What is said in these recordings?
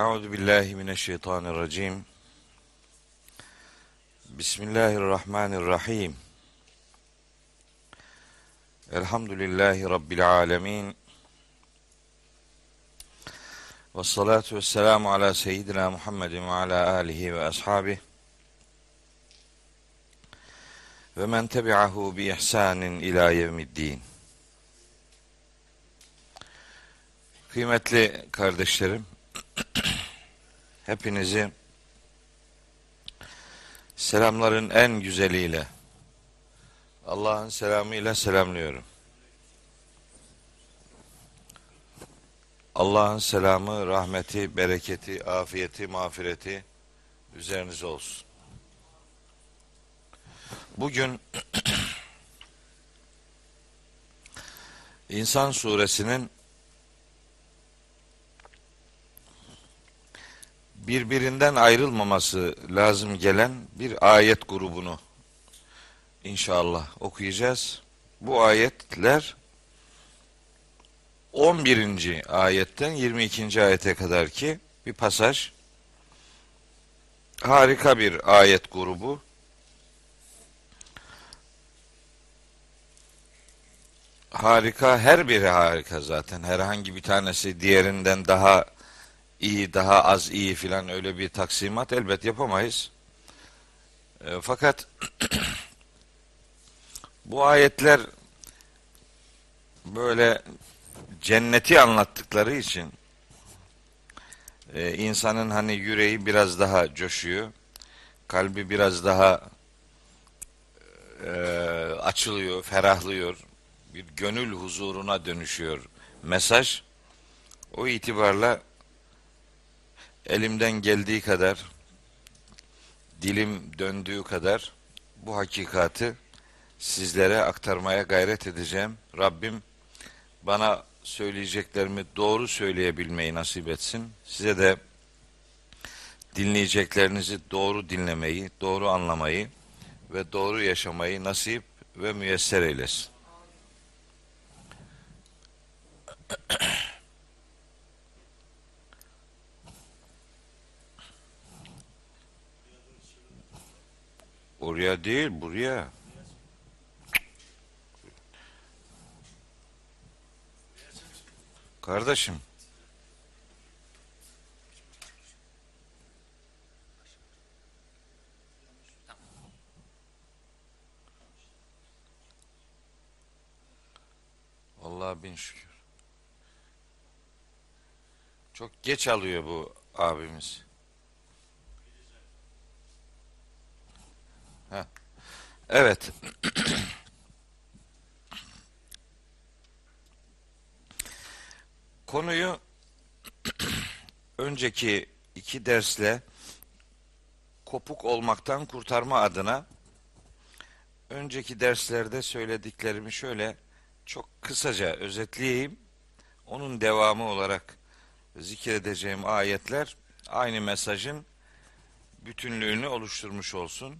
Euzu billahi mineşşeytanirracim. Bismillahirrahmanirrahim. Elhamdülillahi rabbil alamin. Ves salatu vesselamu ala seyyidina Muhammedin ve ala alihi ve ashabihi ve men tebi'ahu bi ihsanin ila yevmiddin. Kıymetli kardeşlerim, hepinizi selamların en güzeliyle, Allah'ın selamıyla selamlıyorum. Allah'ın selamı, rahmeti, bereketi, afiyeti, mağfireti üzerinize olsun. Bugün İnsan suresinin birbirinden ayrılmaması lazım gelen bir ayet grubunu İnşallah okuyacağız. Bu ayetler 11. ayetten 22. ayete kadar ki bir pasaj. Harika bir ayet grubu. Harika, her biri harika zaten. Herhangi bir tanesi diğerinden daha iyi, daha az iyi filan öyle bir taksimat elbet yapamayız. Fakat bu ayetler böyle cenneti anlattıkları için insanın hani yüreği biraz daha coşuyor, kalbi biraz daha açılıyor, ferahlıyor, bir gönül huzuruna dönüşüyor mesaj. O itibarla elimden geldiği kadar, dilim döndüğü kadar bu hakikati sizlere aktarmaya gayret edeceğim. Rabbim bana söyleyeceklerimi doğru söyleyebilmeyi nasip etsin. Size de dinleyeceklerinizi doğru dinlemeyi, doğru anlamayı ve doğru yaşamayı nasip ve müyesser eylesin. Oraya değil, buraya. Kardeşim. Vallahi bin şükür. Çok geç alıyor bu abimiz. Heh. Evet. Konuyu önceki iki dersle kopuk olmaktan kurtarma adına önceki derslerde söylediklerimi şöyle çok kısaca özetleyeyim. Onun devamı olarak zikredeceğim ayetler aynı mesajın bütünlüğünü oluşturmuş olsun.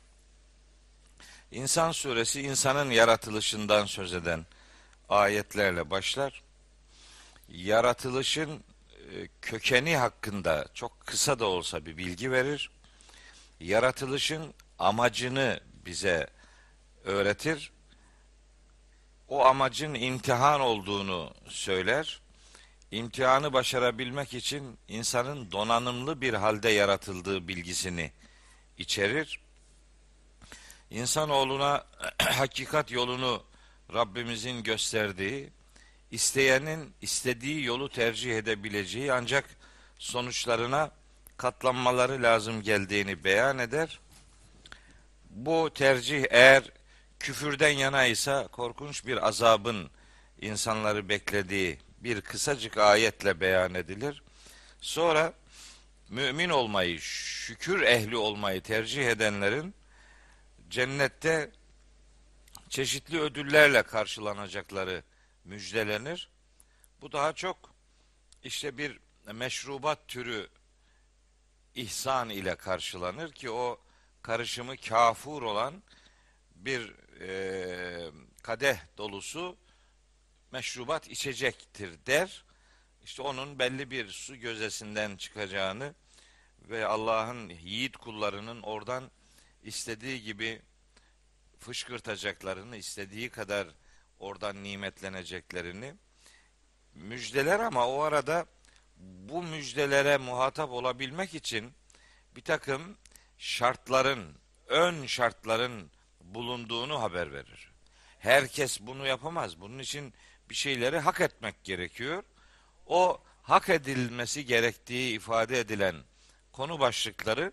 İnsan suresi insanın yaratılışından söz eden ayetlerle başlar. Yaratılışın kökeni hakkında çok kısa da olsa bir bilgi verir. Yaratılışın amacını bize öğretir. O amacın imtihan olduğunu söyler. İmtihanı başarabilmek için insanın donanımlı bir halde yaratıldığı bilgisini içerir. İnsanoğluna hakikat yolunu Rabbimizin gösterdiği, isteyenin istediği yolu tercih edebileceği ancak sonuçlarına katlanmaları lazım geldiğini beyan eder. Bu tercih eğer küfürden yana ise korkunç bir azabın insanları beklediği bir kısacık ayetle beyan edilir. Sonra mümin olmayı, şükür ehli olmayı tercih edenlerin cennette çeşitli ödüllerle karşılanacakları müjdelenir. Bu daha çok işte bir meşrubat türü ihsan ile karşılanır ki o karışımı kafur olan bir kadeh dolusu meşrubat içecektir der. işte onun belli bir su gözesinden çıkacağını ve Allah'ın yiğit kullarının oradan istediği gibi fışkırtacaklarını, istediği kadar oradan nimetleneceklerini müjdeler, ama o arada bu müjdelere muhatap olabilmek için bir takım şartların, ön şartların bulunduğunu haber verir. Herkes bunu yapamaz. Bunun için bir şeyleri hak etmek gerekiyor. O hak edilmesi gerektiği ifade edilen konu başlıkları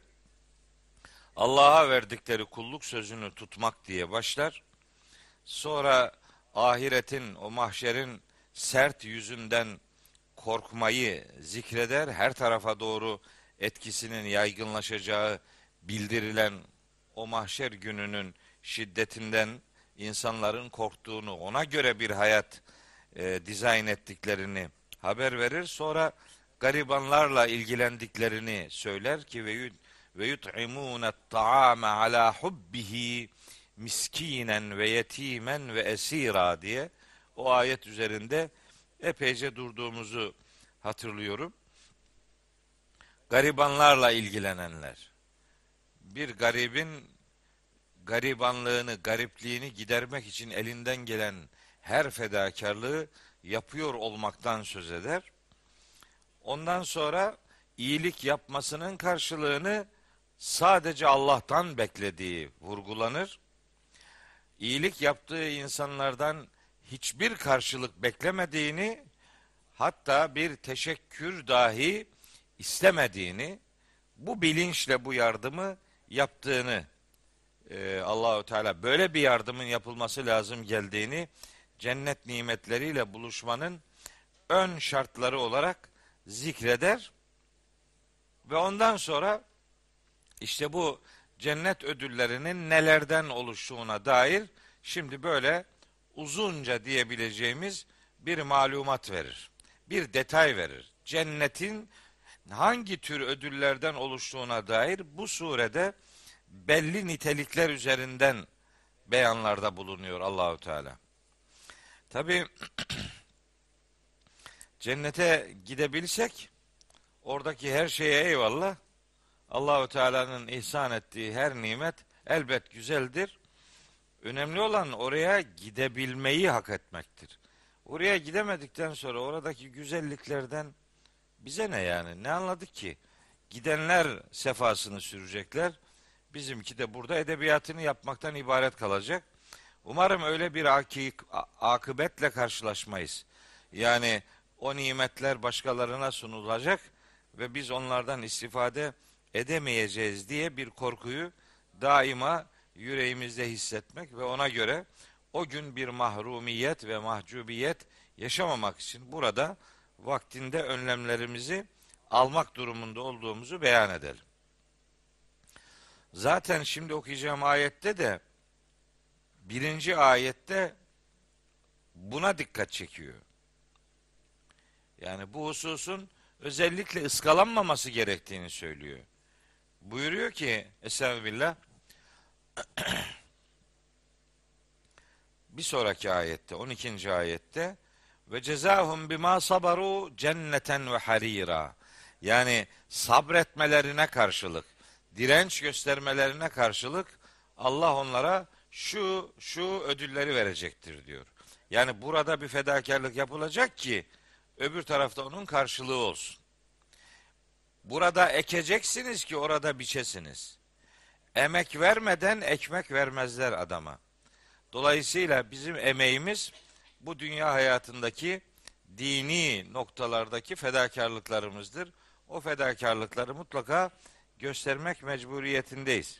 Allah'a verdikleri kulluk sözünü tutmak diye başlar. Sonra ahiretin, o mahşerin sert yüzünden korkmayı zikreder. Her tarafa doğru etkisinin yaygınlaşacağı bildirilen o mahşer gününün şiddetinden insanların korktuğunu, ona göre bir hayat dizayn ettiklerini haber verir. Sonra garibanlarla ilgilendiklerini söyler ki ve yut'imûne ta'ame ala hubbihi miskinen ve yetimen ve esira diye o ayet üzerinde epeyce durduğumuzu hatırlıyorum. Garibanlarla ilgilenenler, bir garibin garibanlığını, garipliğini gidermek için elinden gelen her fedakarlığı yapıyor olmaktan söz eder. Ondan sonra iyilik yapmasının karşılığını sadece Allah'tan beklediği vurgulanır. İyilik yaptığı insanlardan hiçbir karşılık beklemediğini, hatta bir teşekkür dahi istemediğini, bu bilinçle bu yardımı yaptığını, Allahü Teala böyle bir yardımın yapılması lazım geldiğini, cennet nimetleriyle buluşmanın ön şartları olarak zikreder ve ondan sonra işte bu cennet ödüllerinin nelerden oluştuğuna dair şimdi böyle uzunca diyebileceğimiz bir malumat verir. Bir detay verir. Cennetin hangi tür ödüllerden oluştuğuna dair bu surede belli nitelikler üzerinden beyanlarda bulunuyor Allahü Teala. Tabii cennete gidebilsek oradaki her şeye eyvallah. Allahü Teala'nın ihsan ettiği her nimet elbet güzeldir. Önemli olan oraya gidebilmeyi hak etmektir. Oraya gidemedikten sonra oradaki güzelliklerden bize ne yani? Ne anladık ki? Gidenler sefasını sürecekler. Bizimki de burada edebiyatını yapmaktan ibaret kalacak. Umarım öyle bir akıbetle karşılaşmayız. Yani o nimetler başkalarına sunulacak ve biz onlardan istifade edemeyeceğiz diye bir korkuyu daima yüreğimizde hissetmek ve ona göre o gün bir mahrumiyet ve mahcubiyet yaşamamak için burada vaktinde önlemlerimizi almak durumunda olduğumuzu beyan edelim. Zaten şimdi okuyacağım ayette de birinci ayette buna dikkat çekiyor. Yani bu hususun özellikle ıskalanmaması gerektiğini söylüyor. Buyuruyor ki Estağfirullah, bir sonraki ayette 12. ayette ve cezahum bima sabaru cenneten ve harira, yani sabretmelerine karşılık, direnç göstermelerine karşılık Allah onlara şu ödülleri verecektir diyor. Yani burada bir fedakarlık yapılacak ki öbür tarafta onun karşılığı olsun. Burada ekeceksiniz ki orada biçesiniz. Emek vermeden ekmek vermezler adama. Dolayısıyla bizim emeğimiz bu dünya hayatındaki dini noktalardaki fedakarlıklarımızdır. O fedakarlıkları mutlaka göstermek mecburiyetindeyiz.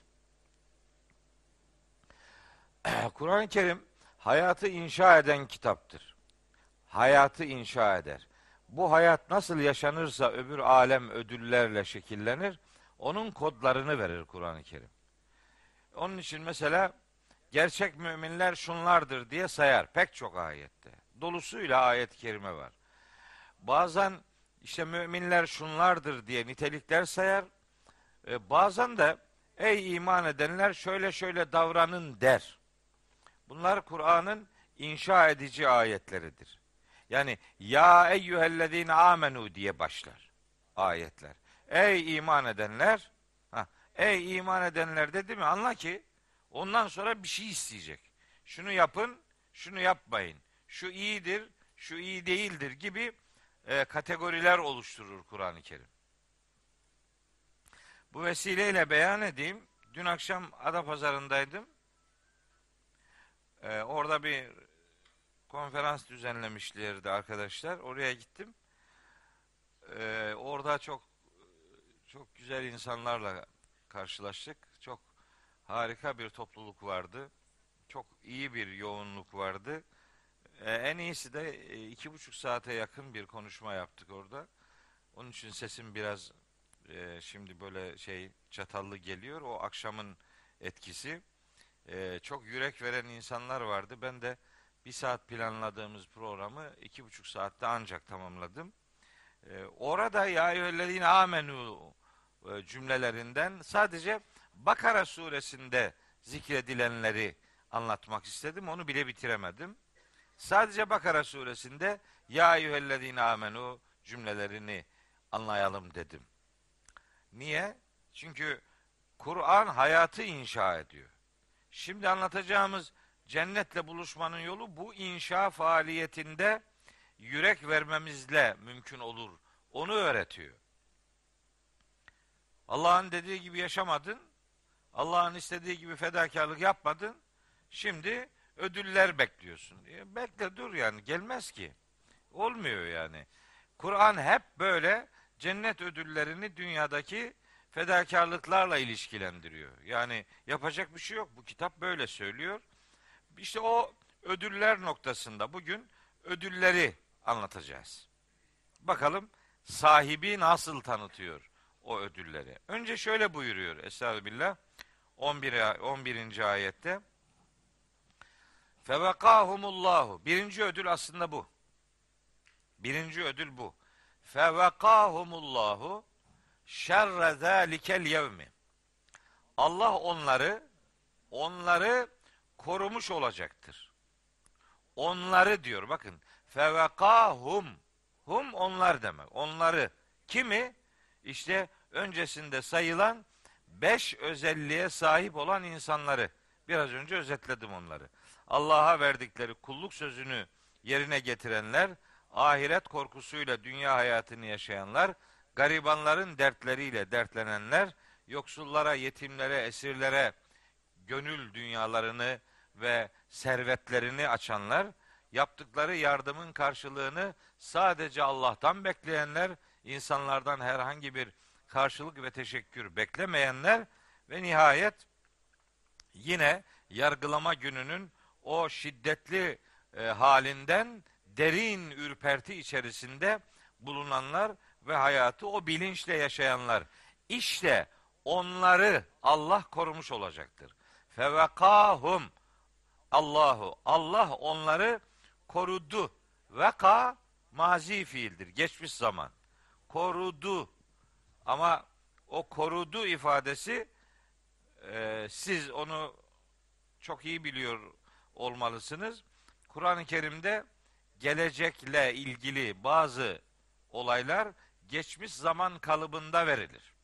Kur'an-ı Kerim hayatı inşa eden kitaptır. Hayatı inşa eder. Bu hayat nasıl yaşanırsa öbür alem ödüllerle şekillenir. Onun kodlarını verir Kur'an-ı Kerim. Onun için mesela gerçek müminler şunlardır diye sayar pek çok ayette. Dolusuyla ayet-i kerime var. Bazen işte müminler şunlardır diye nitelikler sayar. Bazen de ey iman edenler şöyle şöyle davranın der. Bunlar Kur'an'ın inşa edici ayetleridir. Yani ya eyyühellezine amenu diye başlar ayetler. Ey iman edenler, ha, ey iman edenler dedi mi? Anla ki ondan sonra bir şey isteyecek. Şunu yapın, şunu yapmayın. Şu iyidir, şu iyi değildir gibi kategoriler oluşturur Kur'an-ı Kerim. Bu vesileyle beyan edeyim. Dün akşam Adapazarı'ndaydım. Orada bir konferans düzenlemişlerdi arkadaşlar. Oraya gittim. Orada çok güzel insanlarla karşılaştık. Çok harika bir topluluk vardı. Çok iyi bir yoğunluk vardı. En iyisi de 2,5 saate yakın bir konuşma yaptık orada. Onun için sesim biraz şimdi böyle çatallı geliyor. O akşamın etkisi. Çok yürek veren insanlar vardı. Ben de 1 saat planladığımız programı 2,5 saatte ancak tamamladım. Orada ya eyyühellezine amenu cümlelerinden sadece Bakara suresinde zikredilenleri anlatmak istedim. Onu bile bitiremedim. Sadece Bakara suresinde ya eyyühellezine amenu cümlelerini anlayalım dedim. Niye? Çünkü Kur'an hayatı inşa ediyor. Şimdi anlatacağımız cennetle buluşmanın yolu bu inşa faaliyetinde yürek vermemizle mümkün olur. Onu öğretiyor. Allah'ın dediği gibi yaşamadın. Allah'ın istediği gibi fedakarlık yapmadın. Şimdi ödüller bekliyorsun. Bekle dur yani gelmez ki. Olmuyor yani. Kur'an hep böyle cennet ödüllerini dünyadaki fedakarlıklarla ilişkilendiriyor. Yani yapacak bir şey yok. Bu kitap böyle söylüyor. İşte o ödüller noktasında bugün ödülleri anlatacağız. Bakalım sahibi nasıl tanıtıyor o ödülleri. Önce şöyle buyuruyor Estağfirullah 11. ayette Fevekahumullahu. Birinci ödül aslında bu. Birinci ödül bu. Fevekahumullahu şerre zâlikel yevmi. Allah onları korumuş olacaktır. Onları diyor bakın. Fevekahum. Hum onlar demek. Onları. Kimi? İşte öncesinde sayılan 5 özelliğe sahip olan insanları. Biraz önce özetledim onları. Allah'a verdikleri kulluk sözünü yerine getirenler, ahiret korkusuyla dünya hayatını yaşayanlar, garibanların dertleriyle dertlenenler, yoksullara, yetimlere, esirlere gönül dünyalarını ve servetlerini açanlar, yaptıkları yardımın karşılığını sadece Allah'tan bekleyenler, insanlardan herhangi bir karşılık ve teşekkür beklemeyenler ve nihayet yine yargılama gününün o şiddetli halinden derin ürperti içerisinde bulunanlar ve hayatı o bilinçle yaşayanlar. İşte onları Allah korumuş olacaktır. Fevekahum Allah onları korudu. Veka mazi fiildir. Geçmiş zaman. Korudu. Ama o korudu ifadesi siz onu çok iyi biliyor olmalısınız. Kur'an-ı Kerim'de gelecekle ilgili bazı olaylar geçmiş zaman kalıbında verilir.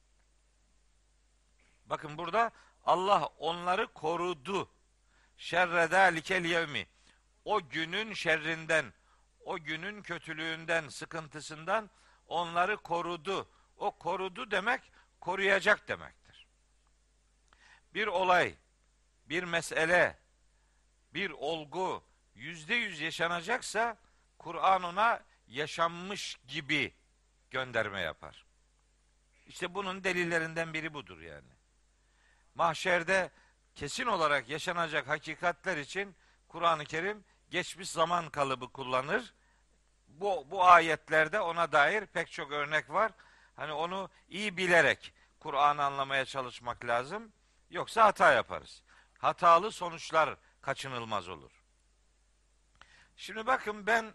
Bakın burada Allah onları korudu. Şerre zâlikel yevmi. O günün şerrinden, o günün kötülüğünden, sıkıntısından onları korudu. O korudu demek, koruyacak demektir. Bir olay, bir mesele, bir olgu %100 yaşanacaksa Kur'an ona yaşanmış gibi gönderme yapar. İşte bunun delillerinden biri budur yani. Mahşerde kesin olarak yaşanacak hakikatler için Kur'an-ı Kerim geçmiş zaman kalıbı kullanır. Bu ayetlerde ona dair pek çok örnek var. Hani onu iyi bilerek Kur'an'ı anlamaya çalışmak lazım. Yoksa hata yaparız. Hatalı sonuçlar kaçınılmaz olur. Şimdi bakın ben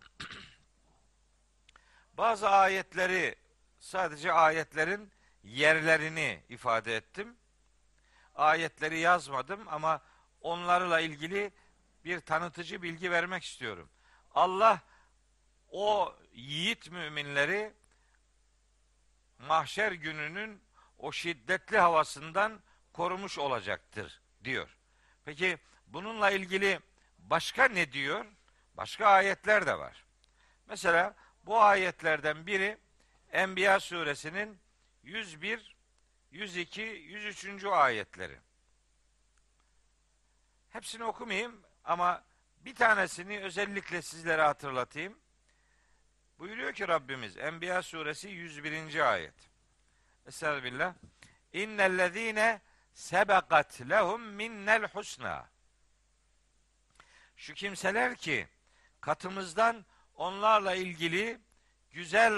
bazı ayetleri sadece ayetlerin yerlerini ifade ettim. Ayetleri yazmadım ama onlarla ilgili bir tanıtıcı bilgi vermek istiyorum. Allah o yiğit müminleri mahşer gününün o şiddetli havasından korumuş olacaktır diyor. Peki bununla ilgili başka ne diyor? Başka ayetler de var. Mesela bu ayetlerden biri Enbiya suresinin 101, 102, 103. ayetleri. Hepsini okumayayım ama bir tanesini özellikle sizlere hatırlatayım. Buyuruyor ki Rabbimiz Enbiya suresi 101. ayet. Estağfirullah. İnnellezîne sebekat lehum minnel husna. Şu kimseler ki katımızdan onlarla ilgili güzel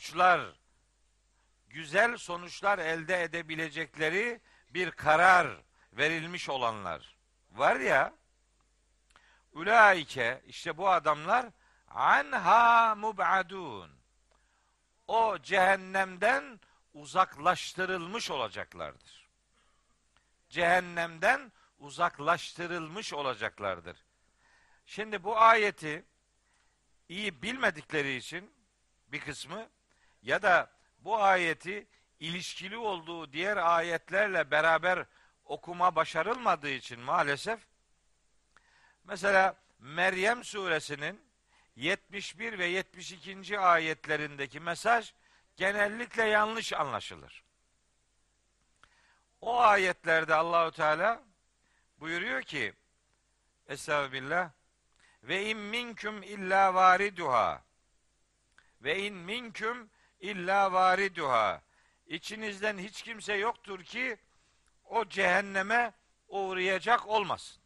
sonuçlar elde edebilecekleri bir karar verilmiş olanlar var ya, ulaike, işte bu adamlar anha mub'adun, o cehennemden uzaklaştırılmış olacaklardır. Cehennemden uzaklaştırılmış olacaklardır. Şimdi bu ayeti iyi bilmedikleri için bir kısmı, ya da bu ayeti ilişkili olduğu diğer ayetlerle beraber okuma başarılmadığı için maalesef, mesela Meryem suresinin 71 ve 72. ayetlerindeki mesaj genellikle yanlış anlaşılır. O ayetlerde Allahu Teala buyuruyor ki, Estağfirullah, ve in minkum illa variduha, ve in minkum illa variduha, İçinizden hiç kimse yoktur ki o cehenneme uğrayacak olmasın.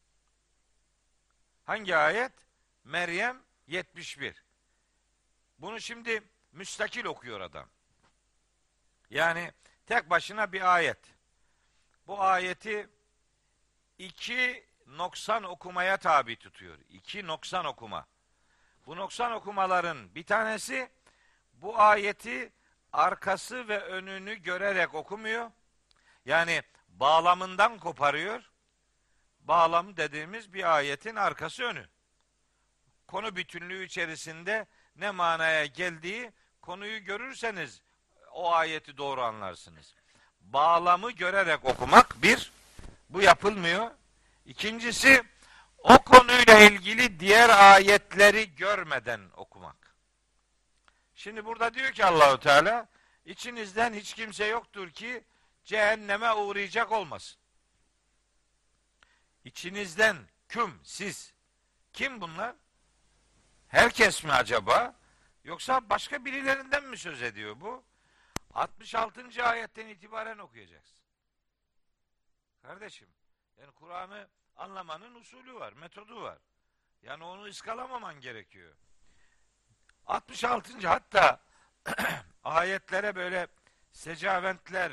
Hangi ayet? Meryem 71. Bunu şimdi müstakil okuyor adam. Yani tek başına bir ayet. Bu ayeti iki noksan okumaya tabi tutuyor. İki noksan okuma. Bu noksan okumaların bir tanesi, bu ayeti arkası ve önünü görerek okumuyor. Yani bağlamından koparıyor. Bağlam dediğimiz bir ayetin arkası önü. Konu bütünlüğü içerisinde ne manaya geldiği, konuyu görürseniz o ayeti doğru anlarsınız. Bağlamı görerek okumak bir, bu yapılmıyor. İkincisi, o konuyla ilgili diğer ayetleri görmeden okumak. Şimdi burada diyor ki Allahu Teala, içinizden hiç kimse yoktur ki cehenneme uğrayacak olmasın. İçinizden, siz. Kim bunlar? Herkes mi acaba? Yoksa başka birilerinden mi söz ediyor bu? 66. ayetten itibaren okuyacaksın. Kardeşim, yani Kur'an'ı anlamanın usulü var, metodu var. Yani onu ıskalamaman gerekiyor. 66. hatta ayetlere böyle secaventler,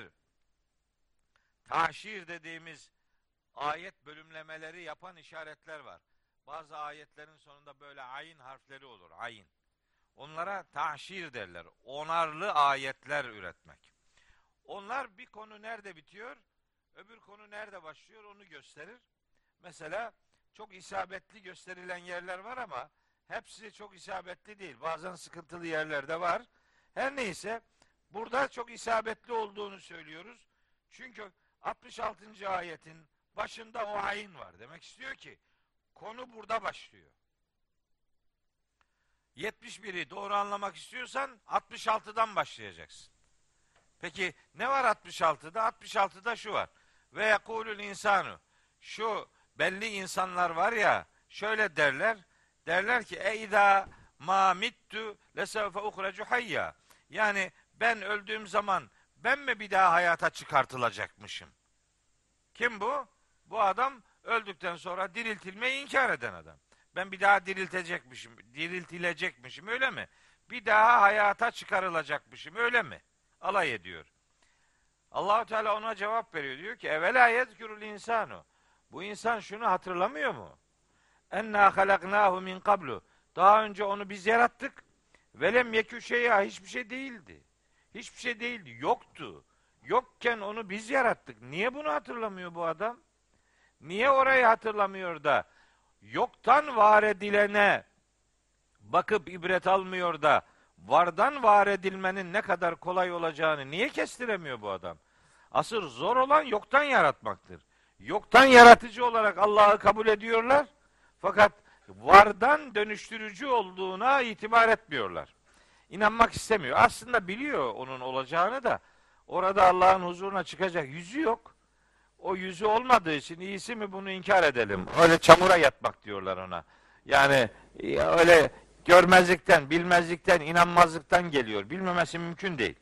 taşir dediğimiz ayet bölümlemeleri yapan işaretler var. Bazı ayetlerin sonunda böyle ayin harfleri olur. Ayin. Onlara taşir derler. Onarlı ayetler üretmek. Onlar bir konu nerede bitiyor, öbür konu nerede başlıyor onu gösterir. Mesela çok isabetli gösterilen yerler var ama hepsi çok isabetli değil. Bazen sıkıntılı yerler de var. Her neyse, burada çok isabetli olduğunu söylüyoruz. Çünkü 66. ayetin başında o ayin var. Demek istiyor ki konu burada başlıyor. 71'i doğru anlamak istiyorsan 66'dan başlayacaksın. Peki ne var 66'da? 66'da şu var. Ve yekulul insanu. Şu belli insanlar var ya, şöyle derler. Derler ki eida ma mittu lesevfe uhrecu hayya. Yani ben öldüğüm zaman ben mi bir daha hayata çıkartılacakmışım? Kim bu? Bu adam öldükten sonra diriltilmeyi inkar eden adam. Ben bir daha diriltilecekmişim öyle mi? Bir daha hayata çıkarılacakmışım öyle mi? Alay ediyor. Allah-u Teala ona cevap veriyor. Diyor ki evvela yezkurul insanu. Bu insan şunu hatırlamıyor mu? Enna halaknahu min qablu. Daha önce onu biz yarattık. Velem yekü şey'a, hiçbir şey değildi. Hiçbir şey değildi. Yoktu. Yokken onu biz yarattık. Niye bunu hatırlamıyor bu adam? Niye orayı hatırlamıyor da yoktan var edilene bakıp ibret almıyor da vardan var edilmenin ne kadar kolay olacağını niye kestiremiyor bu adam? Asıl zor olan yoktan yaratmaktır. Yoktan yaratıcı olarak Allah'ı kabul ediyorlar. Fakat vardan dönüştürücü olduğuna itibar etmiyorlar. İnanmak istemiyor. Aslında biliyor onun olacağını da orada Allah'ın huzuruna çıkacak yüzü yok. O yüzü olmadığı için iyisi mi bunu inkar edelim. Öyle çamura yatmak diyorlar ona. Yani öyle görmezlikten, bilmezlikten, inanmazlıktan geliyor. Bilmemesi mümkün değil.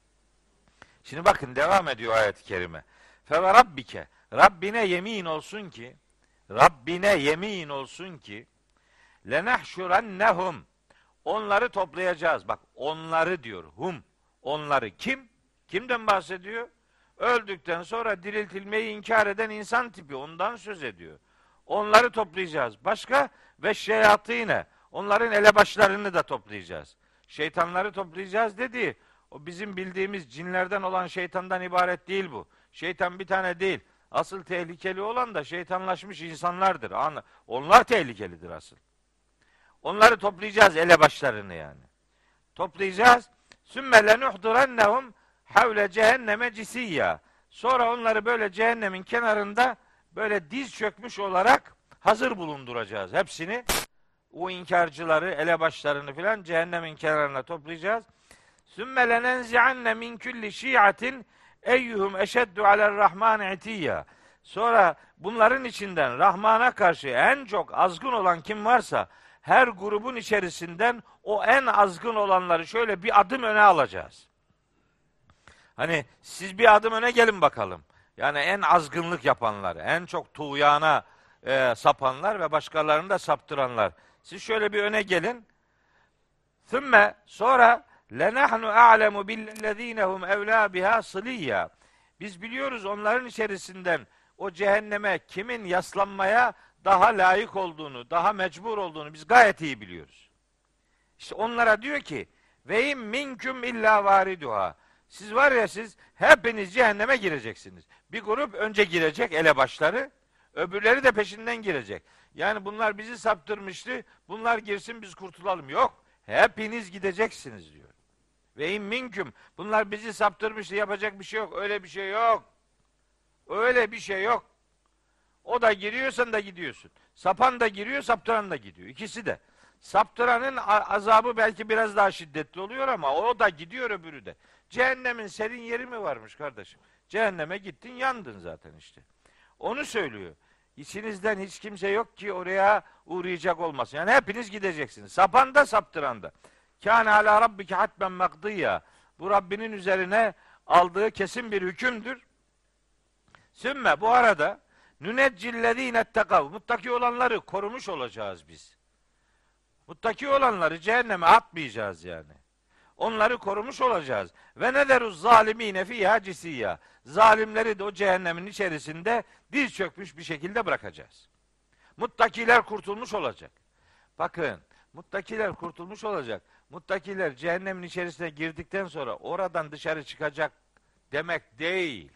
Şimdi bakın devam ediyor ayet-i kerime. Fe ve rabbike, Rabbine yemin olsun ki, Rabbine yemin olsun ki, lenahşurennehum, onları toplayacağız. Bak onları diyor, onları kim? Kimden bahsediyor? Öldükten sonra diriltilmeyi inkar eden insan tipi, ondan söz ediyor. Onları toplayacağız. Başka? Ve şeyatine, onların elebaşlarını da toplayacağız. Şeytanları toplayacağız dedi. O bizim bildiğimiz cinlerden olan şeytandan ibaret değil bu. Şeytan bir tane değil. Asıl tehlikeli olan da şeytanlaşmış insanlardır. Onlar tehlikelidir asıl. Onları toplayacağız, elebaşlarını yani. Toplayacağız. Sümme lenuhdurennehum havle cehenneme cisiyya. Sonra onları böyle cehennemin kenarında böyle diz çökmüş olarak hazır bulunduracağız. Hepsini, o inkarcıları, elebaşlarını filan cehennemin kenarına toplayacağız. Sümme lenenzi'anne min kulli şi'atin eyyuhum eşeddu alerrahman itiyya. Sonra bunların içinden Rahman'a karşı en çok azgın olan kim varsa her grubun içerisinden o en azgın olanları şöyle bir adım öne alacağız. Hani siz bir adım öne gelin bakalım. Yani en azgınlık yapanlar, en çok tuğyana sapanlar ve başkalarını da saptıranlar. Siz şöyle bir öne gelin. Thümme sonra lenahnu a'lemu billezinehum evlâ biha sıliyya. Biz biliyoruz onların içerisinden o cehenneme kimin yaslanmaya daha layık olduğunu, daha mecbur olduğunu biz gayet iyi biliyoruz. İşte onlara diyor ki ve in minkum illa variduha. Siz var ya siz hepiniz cehenneme gireceksiniz. Bir grup önce girecek elebaşları, öbürleri de peşinden girecek. Yani bunlar bizi saptırmıştı, bunlar girsin biz kurtulalım. Yok, hepiniz gideceksiniz diyor. Ve in minkum, bunlar bizi saptırmıştı, yapacak bir şey yok, öyle bir şey yok. Öyle bir şey yok. O da giriyor, sen de gidiyorsun. Sapan da giriyor, saptıran da gidiyor. İkisi de. Saptıranın azabı belki biraz daha şiddetli oluyor ama o da gidiyor, öbürü de. Cehennemin serin yeri mi varmış kardeşim? Cehenneme gittin, yandın zaten işte. Onu söylüyor. İçinizden hiç kimse yok ki oraya uğrayacak olmasın. Yani hepiniz gideceksiniz. Sapan da saptıran da. Kâne alâ rabbike hatmen makdiyya. Bu Rabbinin üzerine aldığı kesin bir hükümdür. Sümme bu arada nüneccillezîne ettekav. Muttaki olanları korumuş olacağız biz. Muttaki olanları cehenneme atmayacağız yani. Onları korumuş olacağız. Ve nederuz zalimine fîhâ cisiyya. Zalimleri de o cehennemin içerisinde diz çökmüş bir şekilde bırakacağız. Muttakiler kurtulmuş olacak. Bakın, muttakiler kurtulmuş olacak. Muttakiler cehennemin içerisine girdikten sonra oradan dışarı çıkacak demek değil.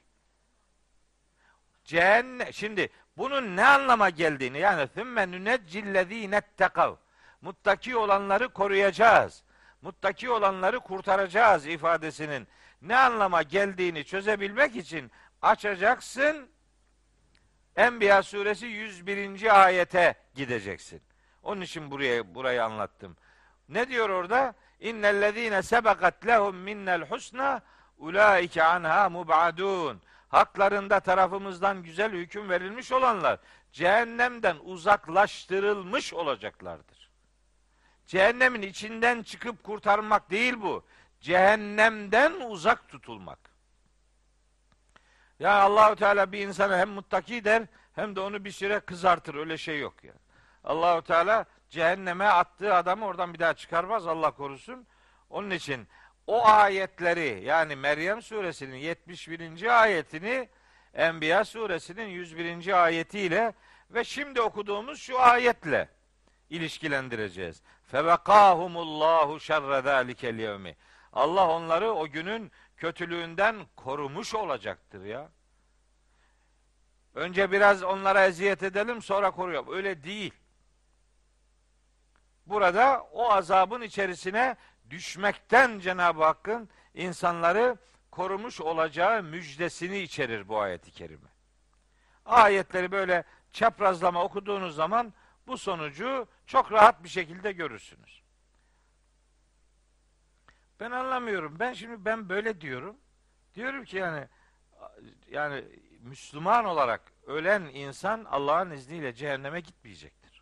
Şimdi bunun ne anlama geldiğini yani thümme nüneccillezîne ettekav. Muttaki olanları koruyacağız. Muttaki olanları kurtaracağız ifadesinin ne anlama geldiğini çözebilmek için açacaksın. Enbiya suresi 101. ayete gideceksin. Onun için burayı anlattım. Ne diyor orada? İnnellezîne sebekat lehum minnel husna ulaike anha mub'adun. Haklarında tarafımızdan güzel hüküm verilmiş olanlar cehennemden uzaklaştırılmış olacaklardır. Cehennemin içinden çıkıp kurtarmak değil bu. Cehennemden uzak tutulmak. Ya Allahu Teala bir insana hem muttaki der hem de onu bir süre kızartır. Öyle şey yok ya. Allahu Teala cehenneme attığı adamı oradan bir daha çıkarmaz, Allah korusun. Onun için o ayetleri yani Meryem suresinin 71. ayetini Enbiya suresinin 101. ayetiyle ve şimdi okuduğumuz şu ayetle ilişkilendireceğiz. Fevekahumullahu şerre zalikel yevmi. Allah onları o günün kötülüğünden korumuş olacaktır ya. Önce biraz onlara eziyet edelim sonra koruyalım. Öyle değil. Burada o azabın içerisine düşmekten Cenab-ı Hakk'ın insanları korumuş olacağı müjdesini içerir bu ayet-i kerime. Ayetleri böyle çaprazlama okuduğunuz zaman bu sonucu çok rahat bir şekilde görürsünüz. Ben anlamıyorum. Ben böyle diyorum. Diyorum ki yani Müslüman olarak ölen insan Allah'ın izniyle cehenneme gitmeyecektir.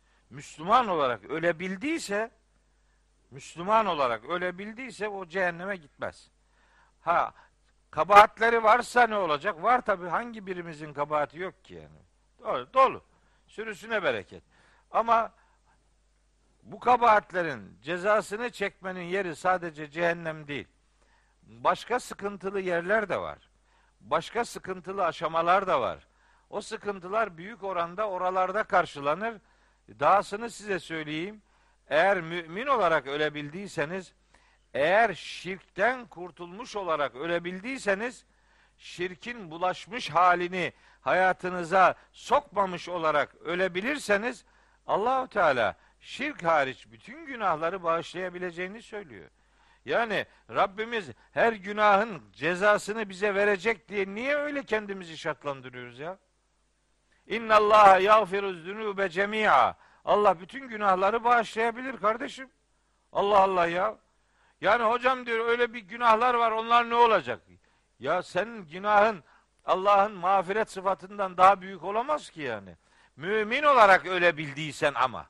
Müslüman olarak ölebildiyse o cehenneme gitmez. Ha, kabahatleri varsa ne olacak? Var tabii, hangi birimizin kabahati yok ki yani. Dolu. Sürüsüne bereket. Ama bu kabahatlerin cezasını çekmenin yeri sadece cehennem değil. Başka sıkıntılı yerler de var. Başka sıkıntılı aşamalar da var. O sıkıntılar büyük oranda oralarda karşılanır. Dahasını size söyleyeyim. Eğer mümin olarak ölebildiyseniz, eğer şirkten kurtulmuş olarak ölebildiyseniz, şirkin bulaşmış halini hayatınıza sokmamış olarak ölebilirseniz, Allahu Teala şirk hariç bütün günahları bağışlayabileceğini söylüyor. Yani Rabbimiz her günahın cezasını bize verecek diye niye öyle kendimizi şartlandırıyoruz ya? İnnallaha yağfiruz zunube cemi'a. Allah bütün günahları bağışlayabilir kardeşim. Allah Allah ya. Yani hocam diyor öyle bir günahlar var, onlar ne olacak? Ya senin günahın Allah'ın mağfiret sıfatından daha büyük olamaz ki yani. Mümin olarak ölebildiysen ama.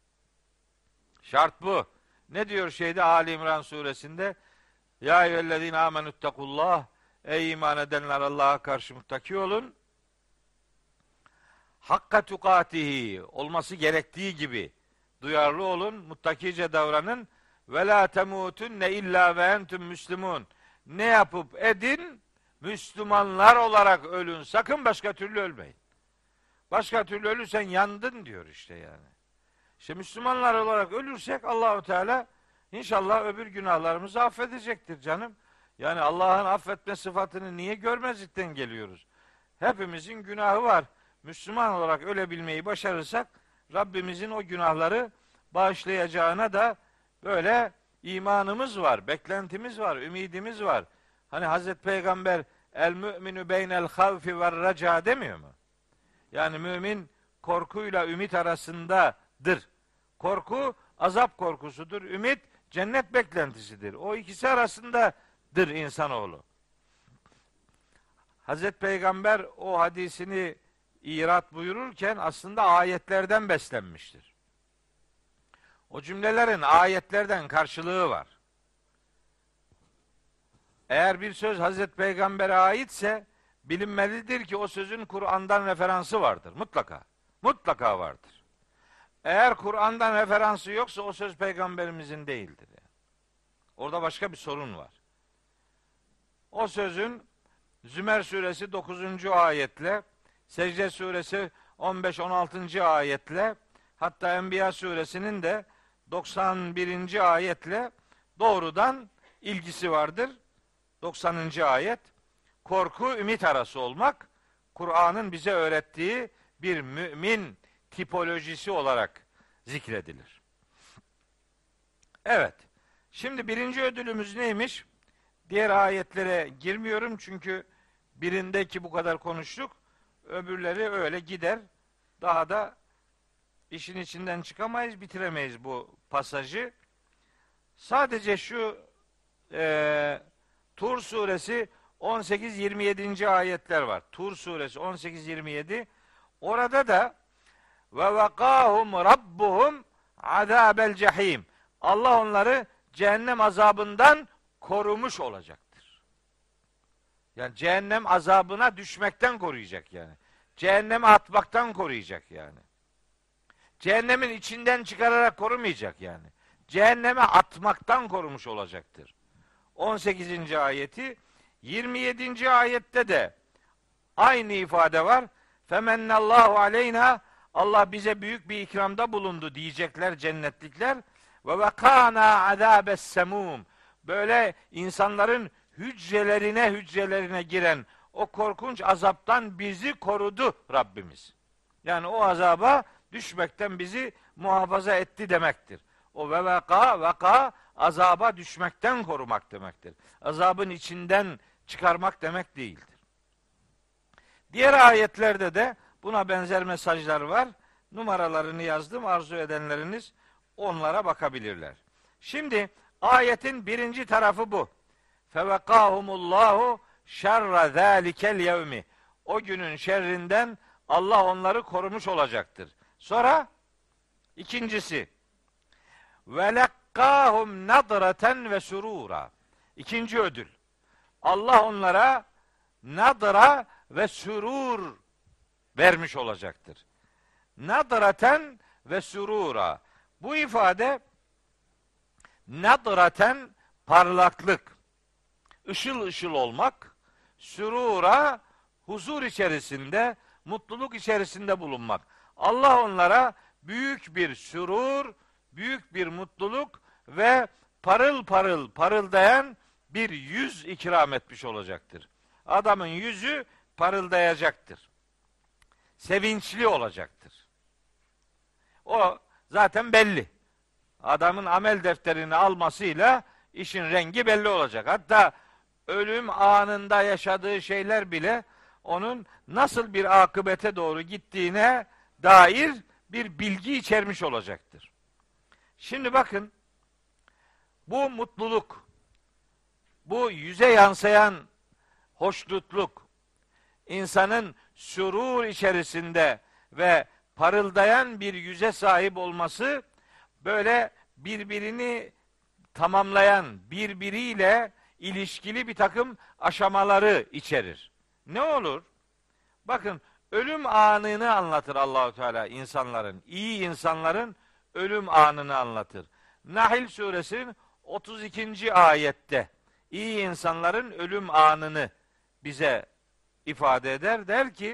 Şart bu. Ne diyor Ali İmran suresinde? Ya eyyühellezine amenüttekullah. Ey iman edenler, Allah'a karşı muttaki olun. Hakka tukatihi, olması gerektiği gibi duyarlı olun, muttakice davranın. Ve la temutunne illa ve entüm müslimun. Ne yapıp edin? Müslümanlar olarak ölün. Sakın başka türlü ölmeyin. Başka türlü ölürsen yandın diyor işte yani. İşte Müslümanlar olarak ölürsek Allahu Teala inşallah öbür günahlarımızı affedecektir canım. Yani Allah'ın affetme sıfatını niye görmezlikten geliyoruz? Hepimizin günahı var. Müslüman olarak ölebilmeyi başarırsak Rabbimizin o günahları bağışlayacağına da böyle imanımız var, beklentimiz var, ümidimiz var. Hani Hazreti Peygamber el mü'minu beynel havfi ve raca demiyor mu? Yani mümin korkuyla ümit arasındadır. Korku azap korkusudur. Ümit cennet beklentisidir. O ikisi arasındadır insanoğlu. Hazreti Peygamber o hadisini irat buyururken aslında ayetlerden beslenmiştir. O cümlelerin ayetlerden karşılığı var. Eğer bir söz Hazreti Peygamber'e aitse bilinmelidir ki o sözün Kur'an'dan referansı vardır. Mutlaka. Mutlaka vardır. Eğer Kur'an'dan referansı yoksa o söz Peygamberimizin değildir. Yani. Orada başka bir sorun var. O sözün Zümer suresi 9. ayetle, Secde suresi 15-16. ayetle, hatta Enbiya suresinin de 91. ayetle doğrudan ilgisi vardır. 90. ayet. Korku, ümit arası olmak, Kur'an'ın bize öğrettiği bir mümin tipolojisi olarak zikredilir. Evet. Şimdi birinci ödülümüz neymiş? Diğer ayetlere girmiyorum çünkü birindeki bu kadar konuştuk. Öbürleri öyle gider. Daha da işin içinden çıkamayız, bitiremeyiz bu pasajı. Sadece şu Tur suresi 18-27. ayetler var. Tur suresi 18-27. Orada da ve vakahum rabbuhum azabel cehim. Allah onları cehennem azabından korumuş olacaktır. Yani cehennem azabına düşmekten koruyacak yani. Cehenneme atmaktan koruyacak yani. Cehennemin içinden çıkararak korumayacak yani. Cehenneme atmaktan korumuş olacaktır. 18. ayeti 27. ayette de aynı ifade var. Femennallahu aleyna, Allah bize büyük bir ikramda bulundu diyecekler cennetlikler. Ve vekana azabes semum. Böyle insanların hücrelerine giren o korkunç azaptan bizi korudu Rabbimiz. Yani o azaba düşmekten bizi muhafaza etti demektir. O ve vaka azaba düşmekten korumak demektir. Azabın içinden çıkarmak demek değildir. Diğer ayetlerde de buna benzer mesajlar var. Numaralarını yazdım. Arzu edenleriniz onlara bakabilirler. Şimdi ayetin birinci tarafı bu. Fevekahumullahu şerra zâlikel yevmi. O günün şerrinden Allah onları korumuş olacaktır. Sonra ikincisi ve lekkâhum nadraten ve surura. İkinci ödül. Allah onlara nadra ve sürur vermiş olacaktır. Nadraten ve surura. Bu ifade nadraten parlaklık, ışıl ışıl olmak, sürura huzur içerisinde, mutluluk içerisinde bulunmak. Allah onlara büyük bir sürur, büyük bir mutluluk ve parıl parıl parıldayan bir yüz ikram etmiş olacaktır. Adamın yüzü parıldayacaktır. Sevinçli olacaktır. O zaten belli. Adamın amel defterini almasıyla işin rengi belli olacak. Hatta ölüm anında yaşadığı şeyler bile onun nasıl bir akıbete doğru gittiğine dair bir bilgi içermiş olacaktır. Şimdi bakın, bu mutluluk, bu yüze yansıyan hoşnutluk, insanın sürur içerisinde ve parıldayan bir yüze sahip olması, böyle birbirini tamamlayan, birbiriyle ilişkili bir takım aşamaları içerir. Ne olur? Bakın, ölüm anını anlatır Allahu Teala insanların, iyi insanların ölüm anını anlatır. Nahl suresinin 32. ayette iyi insanların ölüm anını bize ifade eder. Der ki,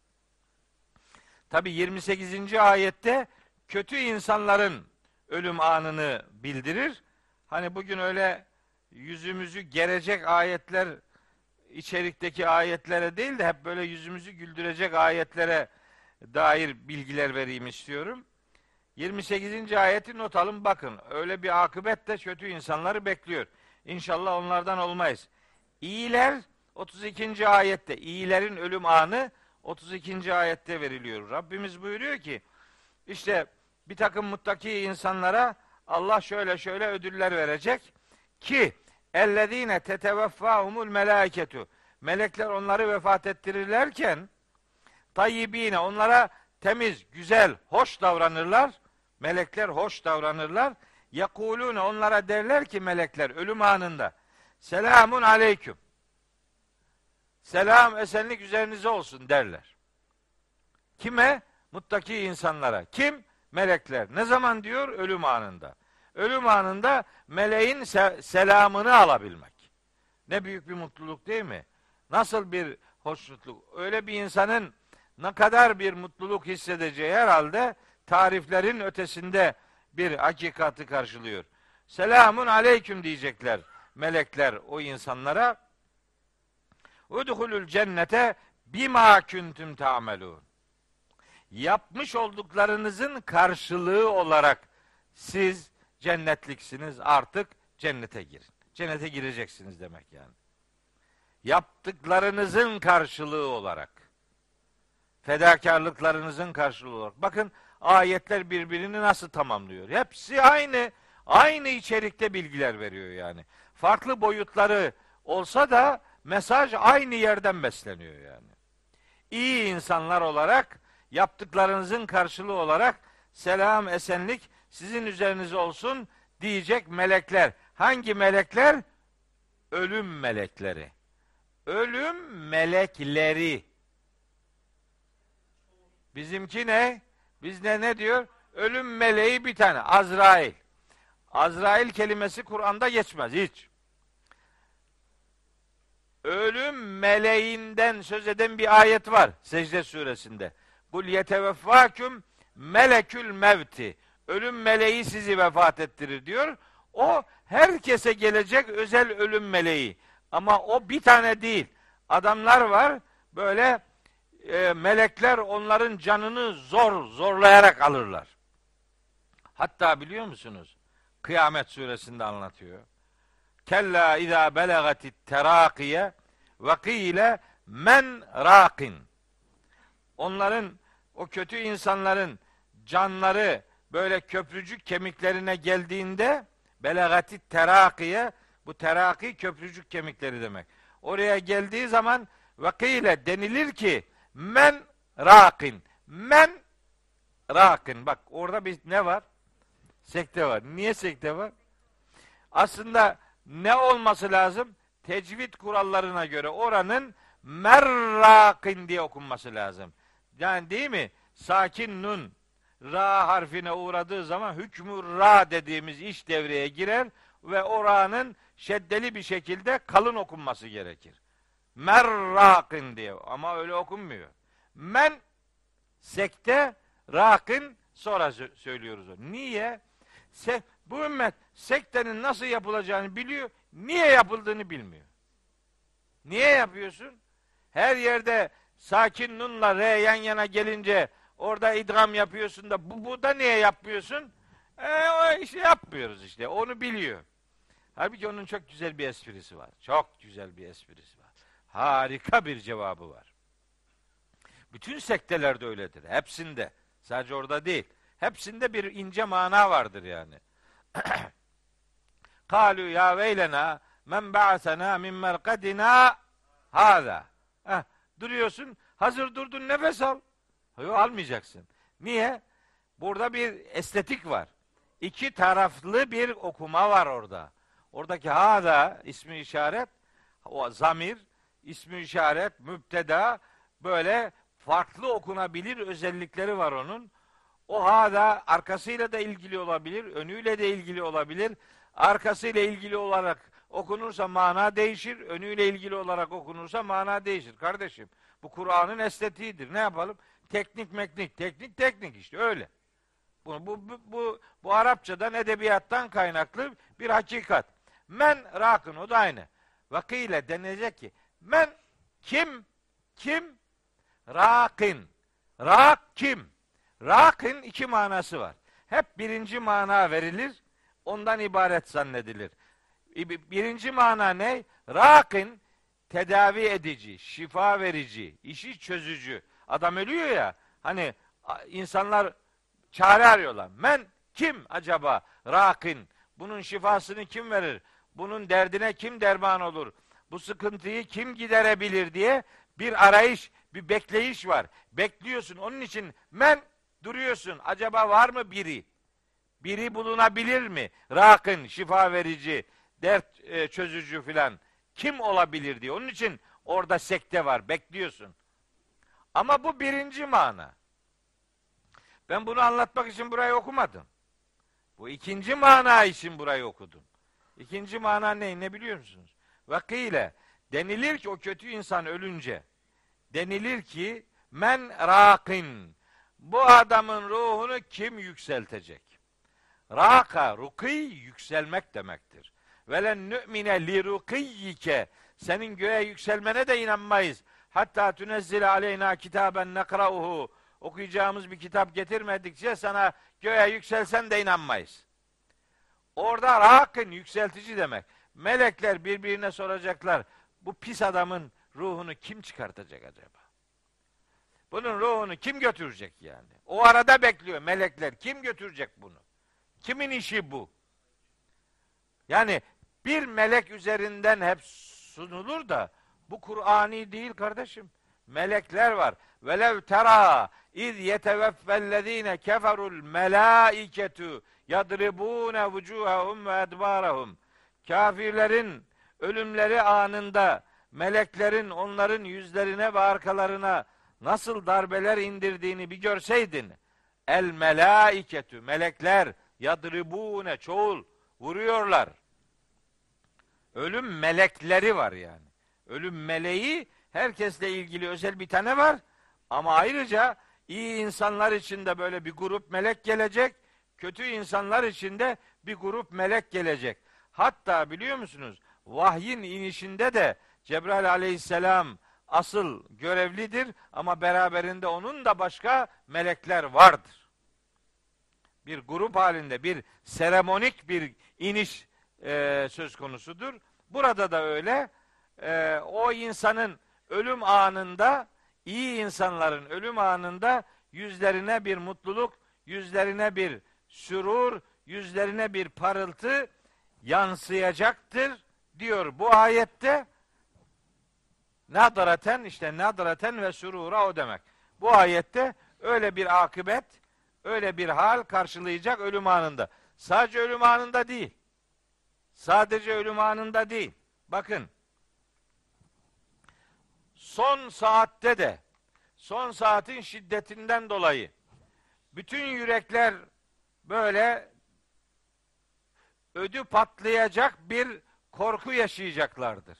tabi 28. ayette kötü insanların ölüm anını bildirir. Hani bugün öyle yüzümüzü gerecek ayetler, içerikteki ayetlere değil de hep böyle yüzümüzü güldürecek ayetlere dair bilgiler vereyim istiyorum. 28. ayeti not alın, bakın. Öyle bir akıbet de kötü insanları bekliyor. İnşallah onlardan olmayız. İyiler 32. ayette, iyilerin ölüm anı 32. ayette veriliyor. Rabbimiz buyuruyor ki, işte bir takım muttaki insanlara Allah şöyle şöyle ödüller verecek ki ellezine teteveffahumul melâiketu, melekler onları vefat ettirirlerken tayyibine, onlara temiz, güzel, hoş davranırlar. Melekler hoş davranırlar. Yekulune, onlara derler ki melekler ölüm anında, selamun aleyküm, selam, esenlik üzerinize olsun derler. Kime? Muttaki insanlara. Kim? Melekler. Ne zaman diyor? Ölüm anında. Ölüm anında meleğin selamını alabilmek. Ne büyük bir mutluluk değil mi? Nasıl bir hoşnutluk. Öyle bir insanın ne kadar bir mutluluk hissedeceği herhalde tariflerin ötesinde bir hakikati karşılıyor. Selamun aleyküm diyecekler melekler o insanlara. Udhulul cennete bima kuntum ta'melun. Yapmış olduklarınızın karşılığı olarak siz cennetliksiniz, artık cennete girin. Cennete gireceksiniz demek yani. Yaptıklarınızın karşılığı olarak, fedakarlıklarınızın karşılığı olarak. Bakın ayetler birbirini nasıl tamamlıyor. Hepsi aynı içerikte bilgiler veriyor yani. Farklı boyutları olsa da mesaj aynı yerden besleniyor yani. İyi insanlar olarak, yaptıklarınızın karşılığı olarak selam, esenlik sizin üzerinize olsun diyecek melekler. Hangi melekler? Ölüm melekleri. Ölüm melekleri. Bizimki ne? Bizde ne diyor? Ölüm meleği bir tane. Azrail. Azrail kelimesi Kur'an'da geçmez hiç. Ölüm meleğinden söz eden bir ayet var Secde suresinde. Kul yeteveffâküm melekül mevti. Ölüm meleği sizi vefat ettirir diyor. O herkese gelecek özel ölüm meleği. Ama o bir tane değil. Adamlar var böyle melekler onların canını zorlayarak alırlar. Hatta biliyor musunuz? Kıyamet suresinde anlatıyor. Kella izâ belagatit terâkiye ve kîle men râkin. Onların, o kötü insanların canları böyle köprücük kemiklerine geldiğinde belagatit terâkiye, bu terâki köprücük kemikleri demek. Oraya geldiği zaman ve kîle denilir ki men râkin. Men râkin. Bak orada bir ne var? Sekte var. Niye sekte var? Aslında ne olması lazım? Tecvid kurallarına göre oranın merrakin diye okunması lazım. Yani değil mi? Sakin nun ra harfine uğradığı zaman hükmü ra dediğimiz iş devreye girer ve oranın şeddeli bir şekilde kalın okunması gerekir. Merrakin diye ama öyle okunmuyor. Men sekte, rakin sonra söylüyoruz o. Niye? Bu ümmet sektenin nasıl yapılacağını biliyor. Niye yapıldığını bilmiyor. Niye yapıyorsun? Her yerde sakin nunla re yan yana gelince orada idgam yapıyorsun da bu da niye yapmıyorsun? O işi yapmıyoruz işte. Onu biliyor. Halbuki onun çok güzel bir esprisi var. Çok güzel bir esprisi var. Harika bir cevabı var. Bütün sektelerde öyledir. Hepsinde. Sadece orada değil. Hepsinde bir ince mana vardır yani. Kalu ya veylena men ba'asena min merkadina hâzâ. Duruyorsun. Hazır durdun nefes al. Yok almayacaksın. Niye? Burada bir estetik var. İki taraflı bir okuma var orada. Oradaki hâzâ ismi işaret, o zamir, ismi işaret, müpteda böyle farklı okunabilir özellikleri var onun. O hâzâ arkasıyla da ilgili olabilir, önüyle de ilgili olabilir. Arkasıyla ilgili olarak okunursa mana değişir, önüyle ilgili olarak okunursa mana değişir. Kardeşim, bu Kur'an'ın estetiğidir. Ne yapalım? Teknik işte öyle. Bu Arapçadan, edebiyattan kaynaklı bir hakikat. Men rakın, o da aynı. Vakile denilecek ki men kim? Rakın. Rak kim? Rakın iki manası var. Hep birinci mana verilir. Ondan ibaret zannedilir. Birinci mana ne? Rakın tedavi edici, şifa verici, işi çözücü. Adam ölüyor ya. Hani insanlar çare arıyorlar. Men kim acaba? Rakın. Bunun şifasını kim verir? Bunun derdine kim derman olur? Bu sıkıntıyı kim giderebilir diye bir arayış, bir bekleyiş var. Bekliyorsun. Onun için men duruyorsun. Acaba var mı biri? Biri bulunabilir mi? Rakın, şifa verici, dert çözücü filan. Kim olabilir diye. Onun için orada sekte var. Bekliyorsun. Ama bu birinci mana. Ben bunu anlatmak için burayı okumadım. Bu ikinci mana için burayı okudum. İkinci mana ne biliyor musunuz? Vakile denilir ki o kötü insan ölünce denilir ki men rakin, bu adamın ruhunu kim yükseltecek? Raka, ruki yükselmek demektir. Velen nü'mine li rukiyyike, senin göğe yükselmene de inanmayız. Hatta tünezzile aleyna kitaben nekrauhu, okuyacağımız bir kitap getirmedikçe sana göğe yükselsen de inanmayız. Orada rakın yükseltici demek. Melekler birbirine soracaklar. Bu pis adamın ruhunu kim çıkartacak acaba? Bunun ruhunu kim götürecek yani? O arada bekliyor melekler. Kim götürecek bunu? Kimin işi bu? Yani bir melek üzerinden hep sunulur da bu Kur'ani değil kardeşim. Melekler var. Velev tera iz yeteveffellezine keferul melaiketu yadribune vucuhahum ve edbarahum. Kafirlerin ölümleri anında meleklerin onların yüzlerine ve arkalarına nasıl darbeler indirdiğini bir görseydin. El melaiketu, melekler yadribune, çoğul vuruyorlar. Ölüm melekleri var yani. Ölüm meleği herkesle ilgili özel bir tane var. Ama ayrıca iyi insanlar için de böyle bir grup melek gelecek. Kötü insanlar için de bir grup melek gelecek. Hatta biliyor musunuz? Vahyin inişinde de Cebrail aleyhisselam asıl görevlidir ama beraberinde onun da başka melekler vardır. Bir grup halinde bir seremonik bir iniş söz konusudur. Burada da öyle. O insanın ölüm anında, iyi insanların ölüm anında yüzlerine bir mutluluk, yüzlerine bir sürur, yüzlerine bir parıltı yansıyacaktır diyor bu ayette. Nadraten, işte nadraten ve sürura o demek. Bu ayette öyle bir akıbet, öyle bir hal karşılayacak ölüm anında. Sadece ölüm anında değil. Sadece ölüm anında değil. Bakın. Son saatte de, son saatin şiddetinden dolayı bütün yürekler böyle ödü patlayacak bir korku yaşayacaklardır.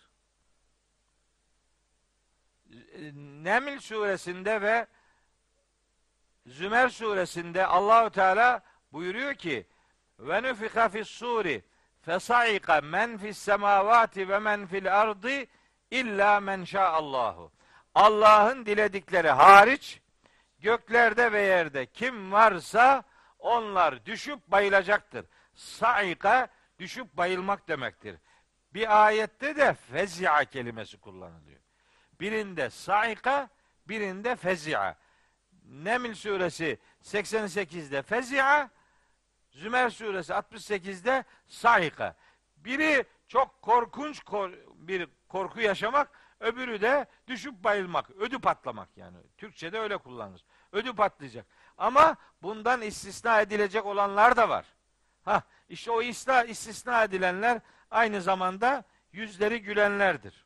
Neml suresinde ve Zümer suresinde Allahu Teala buyuruyor ki: "Ve nufika fis-suri fesaika men fis-semavati ve men fil-ardı illa men şa'allahu." Allah'ın diledikleri hariç göklerde ve yerde kim varsa onlar düşüp bayılacaktır. Saika düşüp bayılmak demektir. Bir ayette de fezi'a kelimesi kullanılıyor. Birinde saika, birinde fezi'a. Neml suresi 88'de fezi'a, Zümer suresi 68'de saika. Biri çok korkunç bir korku yaşamak, öbürü de düşüp bayılmak, ödü patlamak yani. Türkçe'de öyle kullanılır. Ödü patlayacak. Ama bundan istisna edilecek olanlar da var. İşte o istisna edilenler aynı zamanda yüzleri gülenlerdir.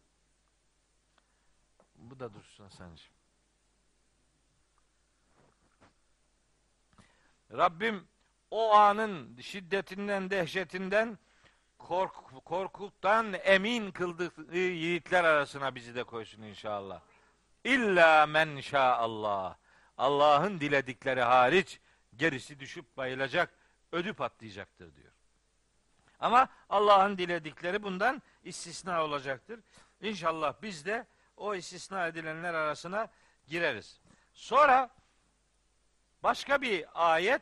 Bu da dursun Hasan'cığım. Rabbim o anın şiddetinden, dehşetinden, korkudan emin kıldığı yiğitler arasına bizi de koysun inşallah. İlla men şa'allah. Allah'ın diledikleri hariç gerisi düşüp bayılacak, ödü patlayacaktır diyor. Ama Allah'ın diledikleri bundan istisna olacaktır. İnşallah biz de o istisna edilenler arasına gireriz. Sonra başka bir ayet,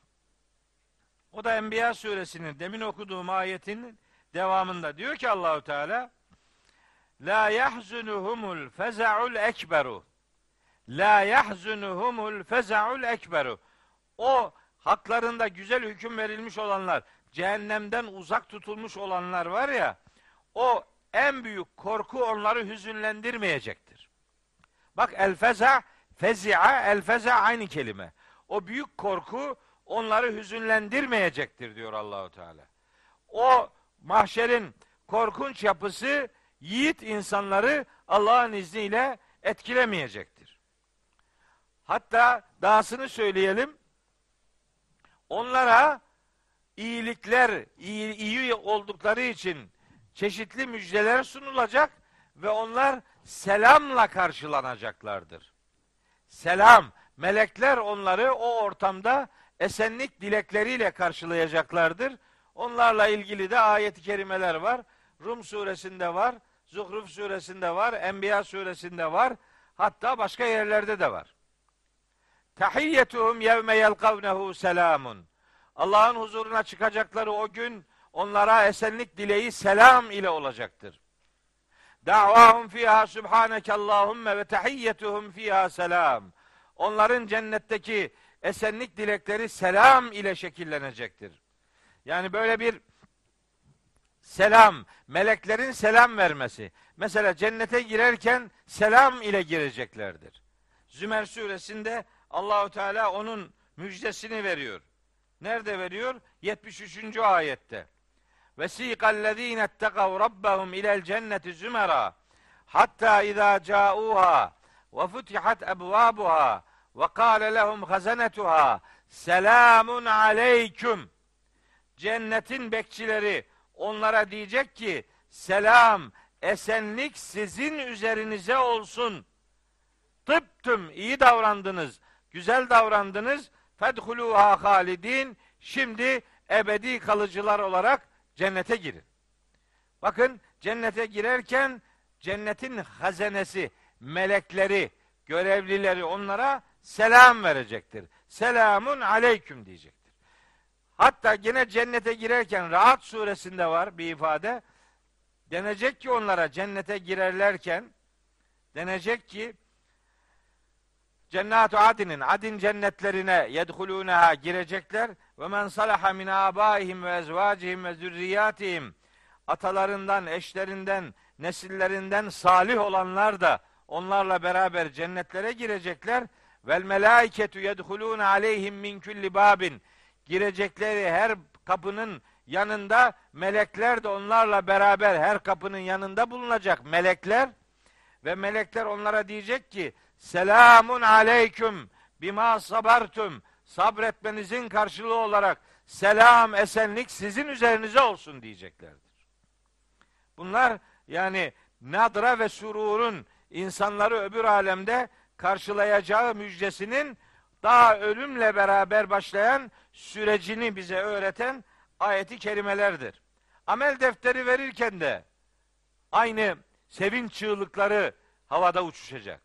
o da Enbiya suresinin demin okuduğum ayetin devamında diyor ki Allahu Teala: La yahzunuhumul feza'ul ekberu. La yahzunuhumul feza'ul ekberu. O haklarında güzel hüküm verilmiş olanlar, cehennemden uzak tutulmuş olanlar var ya, o en büyük korku onları hüzünlendirmeyecektir. Bak el feza, fezi'a, el feza aynı kelime. O büyük korku onları hüzünlendirmeyecektir diyor Allahu Teala. O mahşerin korkunç yapısı yiğit insanları Allah'ın izniyle etkilemeyecektir. Hatta dahasını söyleyelim. Onlara iyilikler, iyi oldukları için çeşitli müjdeler sunulacak ve onlar selamla karşılanacaklardır. Selam, melekler onları o ortamda esenlik dilekleriyle karşılayacaklardır. Onlarla ilgili de ayet-i kerimeler var. Rum suresinde var, Zuhruf suresinde var, Enbiya suresinde var. Hatta başka yerlerde de var. Tahiyyetuhum yevme yelkavnehu selamun. Allah'ın huzuruna çıkacakları o gün onlara esenlik dileği selam ile olacaktır. Da'vahum fiha subhaneke Allahumme ve tahiyyetuhum fiha selam. Onların cennetteki esenlik dilekleri selam ile şekillenecektir. Yani böyle bir selam, meleklerin selam vermesi. Mesela cennete girerken selam ile gireceklerdir. Zümer suresinde Allahu Teala onun müjdesini veriyor. Nerede veriyor? 73. ayette. Vesikallezine ettegav rabbahum ilel cenneti zümera hatta izâ câûhâ ve futihat ebvâbuhâ ve kâle lehum hazanetuhâ selamun aleyküm. Cennetin bekçileri onlara diyecek ki selam, esenlik sizin üzerinize olsun. Tıptım, iyi davrandınız, güzel davrandınız. Fedhuluha halidin. Şimdi ebedi kalıcılar olarak cennete girin. Bakın cennete girerken cennetin hazenesi, melekleri, görevlileri onlara selam verecektir. Selamun aleyküm diyecektir. Hatta yine cennete girerken Ra'd suresinde var bir ifade. Denecek ki onlara cennete girerlerken denecek ki Cennatu adinin, adin cennetlerine yedhulûneha girecekler ve men salaha min âbâihim ve ezvâcihim ve zürriyâtihim, atalarından, eşlerinden, nesillerinden salih olanlar da onlarla beraber cennetlere girecekler. Vel melâiketu yedhulûne aleyhim min kulli bâbin, girecekleri her kapının yanında melekler de onlarla beraber her kapının yanında bulunacak melekler ve melekler onlara diyecek ki selamun aleyküm bima sabartum, sabretmenizin karşılığı olarak selam, esenlik sizin üzerinize olsun diyeceklerdir. Bunlar yani nadra ve sururun insanları öbür alemde karşılayacağı müjdesinin daha ölümle beraber başlayan sürecini bize öğreten ayeti kerimelerdir. Amel defteri verirken de aynı sevinç çığlıkları havada uçuşacak.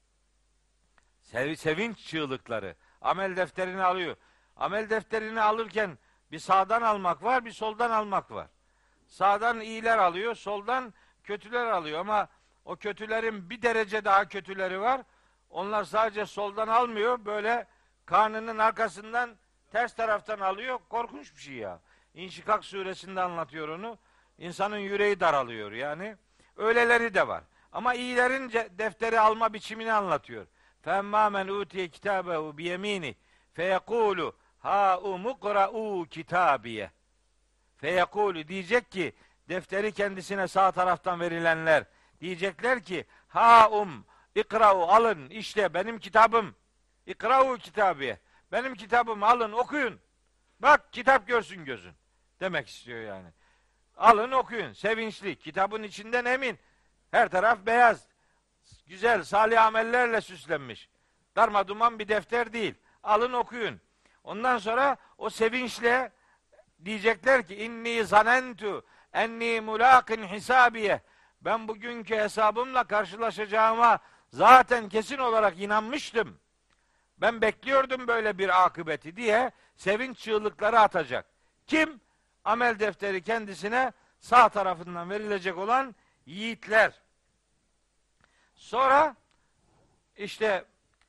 Sevinç çığlıkları. Amel defterini alıyor. Amel defterini alırken bir sağdan almak var, bir soldan almak var. Sağdan iyiler alıyor, soldan kötüler alıyor ama o kötülerin bir derece daha kötüleri var. Onlar sadece soldan almıyor, böyle karnının arkasından ters taraftan alıyor. Korkunç bir şey ya. İnşikak suresinde anlatıyor onu. İnsanın yüreği daralıyor yani. Öyleleri de var. Ama iyilerin defteri alma biçimini anlatıyor. فَاَمَّا مَنْ اُوْتِيَ كِتَابَهُ بِيَم۪ينِ فَيَقُولُ هَا اُمُقْرَعُوا كِتَابِيَ Feyekulu diyecek ki defteri kendisine sağ taraftan verilenler diyecekler ki ikra'u alın işte benim kitabım. İkra'u kitabiye. Benim kitabımı alın okuyun. Bak kitap görsün gözün. Demek istiyor yani. Alın okuyun. Sevinçli. Kitabın içinden emin. Her taraf beyaz. Güzel salih amellerle süslenmiş. Darmaduman bir defter değil. Alın okuyun. Ondan sonra o sevinçle diyecekler ki inni zanentu enni mulaqin hisabiye. Ben bugünkü hesabımla karşılaşacağıma zaten kesin olarak inanmıştım. Ben bekliyordum böyle bir akıbeti diye sevinç çığlıkları atacak. Kim? Amel defteri kendisine sağ tarafından verilecek olan yiğitler. Sonra işte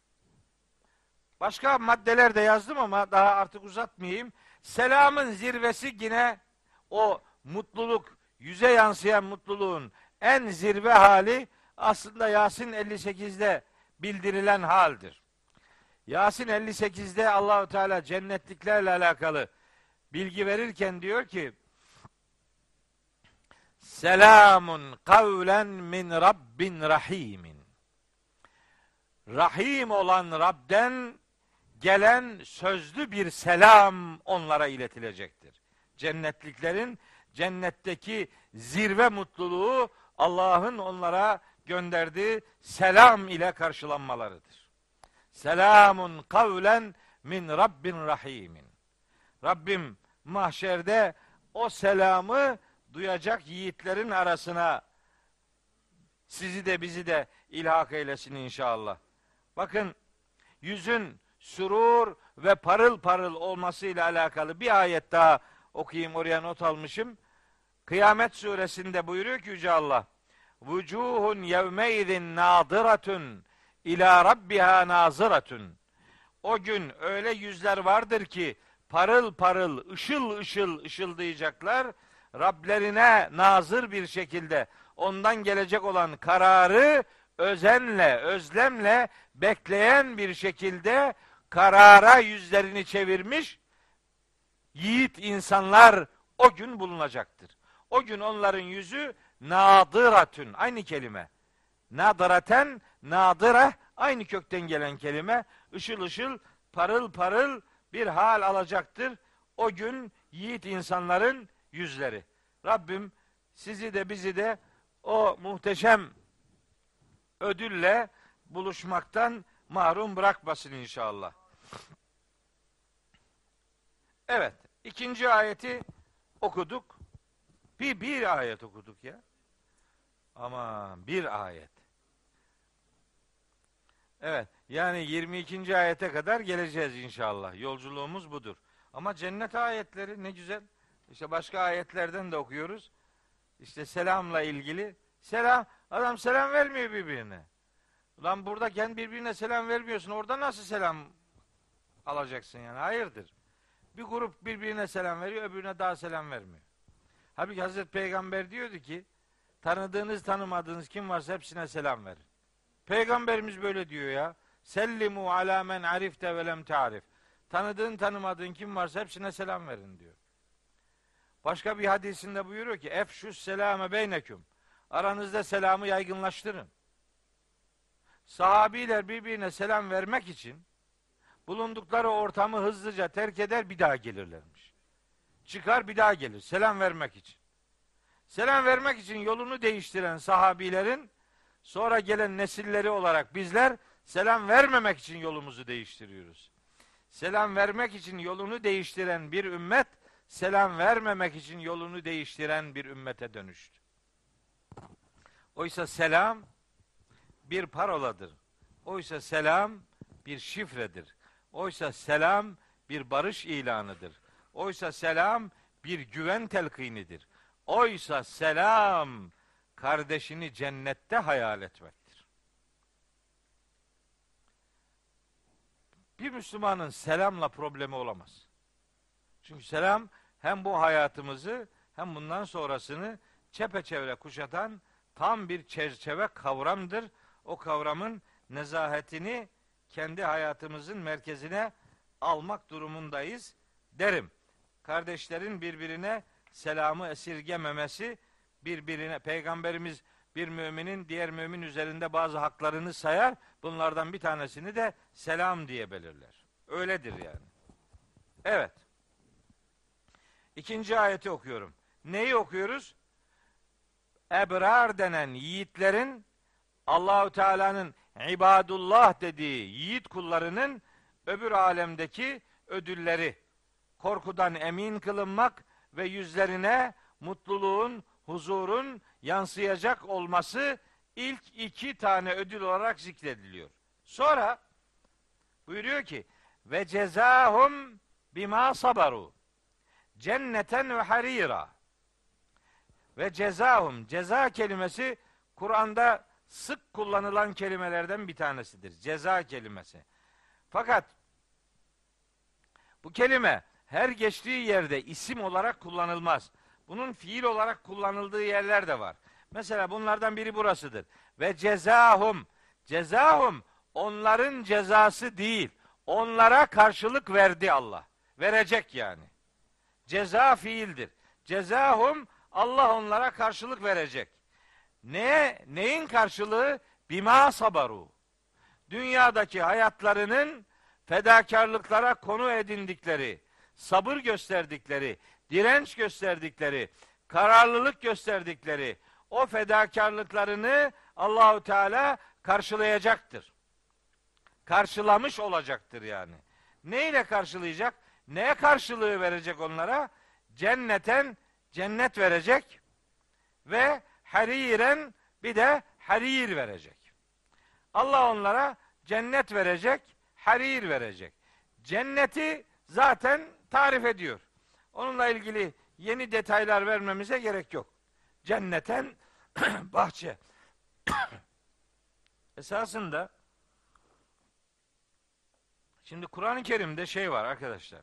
başka maddeler de yazdım ama daha artık uzatmayayım. Selamın zirvesi yine o mutluluk, yüze yansıyan mutluluğun en zirve hali aslında Yasin 58'de bildirilen haldir. Yasin 58'de Allahu Teala cennetliklerle alakalı bilgi verirken diyor ki Selamun kavlen min Rabbin rahimin. Rahim olan Rab'den gelen sözlü bir selam onlara iletilecektir. Cennetliklerin cennetteki zirve mutluluğu Allah'ın onlara gönderdiği selam ile karşılanmalarıdır. Selamun kavlen min Rabbin rahimin. Rabbim mahşerde o selamı duyacak yiğitlerin arasına sizi de bizi de ilhak eylesin inşallah. Bakın yüzün sürur ve parıl parıl olmasıyla alakalı bir ayet daha okuyayım, oraya not almışım. Kıyamet suresinde buyuruyor ki Yüce Allah Vucuhun yevmeydin nâdıratun ila rabbiha nazıratun. O gün öyle yüzler vardır ki parıl parıl, ışıl ışıl ışıldayacaklar. Rablerine nazır bir şekilde ondan gelecek olan kararı özenle, özlemle bekleyen bir şekilde karara yüzlerini çevirmiş yiğit insanlar o gün bulunacaktır. O gün onların yüzü nadıratün, aynı kelime. Nadıraten, nadıra aynı kökten gelen kelime. Işıl ışıl, parıl parıl bir hal alacaktır. O gün yiğit insanların yüzleri. Rabbim sizi de bizi de o muhteşem ödülle buluşmaktan mahrum bırakmasın inşallah. Evet, ikinci ayeti okuduk. Bir ayet okuduk ya. Ama bir ayet. Evet. Yani 22. ayete kadar geleceğiz inşallah. Yolculuğumuz budur. Ama cennet ayetleri ne güzel. İşte başka ayetlerden de okuyoruz. İşte selamla ilgili. Selam. Adam selam vermiyor birbirine. Ulan buradayken birbirine selam vermiyorsun. Orada nasıl selam alacaksın yani? Hayırdır? Bir grup birbirine selam veriyor, öbürüne daha selam vermiyor. Halbuki Hazreti Peygamber diyordu ki, tanıdığınız tanımadığınız kim varsa hepsine selam verin. Peygamberimiz böyle diyor ya. Sellimu ala men arifte ve lem ta'rif. Tanıdığın tanımadığın kim varsa hepsine selam verin diyor. Başka bir hadisinde buyuruyor ki, efşus selame beyneküm. Aranızda selamı yaygınlaştırın. Sahabiler birbirine selam vermek için bulundukları ortamı hızlıca terk eder, bir daha gelirlermiş. Çıkar bir daha gelir selam vermek için. Selam vermek için yolunu değiştiren sahabilerin sonra gelen nesilleri olarak bizler selam vermemek için yolumuzu değiştiriyoruz. Selam vermek için yolunu değiştiren bir ümmet, selam vermemek için yolunu değiştiren bir ümmete dönüştü. Oysa selam bir paroladır. Oysa selam bir şifredir. Oysa selam bir barış ilanıdır. Oysa selam bir güven telkinidir. Oysa selam kardeşini cennette hayal etmektir. Bir Müslümanın selamla problemi olamaz. Çünkü selam hem bu hayatımızı hem bundan sonrasını çepeçevre kuşatan tam bir çerçeve kavramdır. O kavramın nezahetini kendi hayatımızın merkezine almak durumundayız derim. Kardeşlerin birbirine selamı esirgememesi, birbirine, Peygamberimiz bir müminin diğer mümin üzerinde bazı haklarını sayar, bunlardan bir tanesini de selam diye belirler. Öyledir yani. Evet. İkinci ayeti okuyorum. Neyi okuyoruz? Ebrar denen yiğitlerin, Allahu Teala'nın ibadullah dediği yiğit kullarının öbür alemdeki ödülleri, korkudan emin kılınmak ve yüzlerine mutluluğun, huzurun yansıyacak olması ilk iki tane ödül olarak zikrediliyor. Sonra buyuruyor ki ve cezahum bima sabaru cenneten ve harira. Ve cezahum, ceza kelimesi Kur'an'da sık kullanılan kelimelerden bir tanesidir. Ceza kelimesi. Fakat bu kelime her geçtiği yerde isim olarak kullanılmaz. Bunun fiil olarak kullanıldığı yerler de var. Mesela bunlardan biri burasıdır. Ve cezahum, cezahum onların cezası değil. Onlara karşılık verdi Allah. Verecek yani. Ceza fiildir. Cezahum Allah onlara karşılık verecek. Neyin karşılığı? Bima sabaru. Dünyadaki hayatlarının fedakarlıklara konu edindikleri, sabır gösterdikleri, direnç gösterdikleri, kararlılık gösterdikleri o fedakarlıklarını Allahu Teala karşılayacaktır. Karşılamış olacaktır yani. Neyle karşılayacak? Neye karşılığı verecek onlara? Cenneten cennet verecek ve hariren bir de harir verecek. Allah onlara cennet verecek, harir verecek. Cenneti zaten tarif ediyor. Onunla ilgili yeni detaylar vermemize gerek yok. Cenneten bahçe. Esasında şimdi Kur'an-ı Kerim'de şey var arkadaşlar.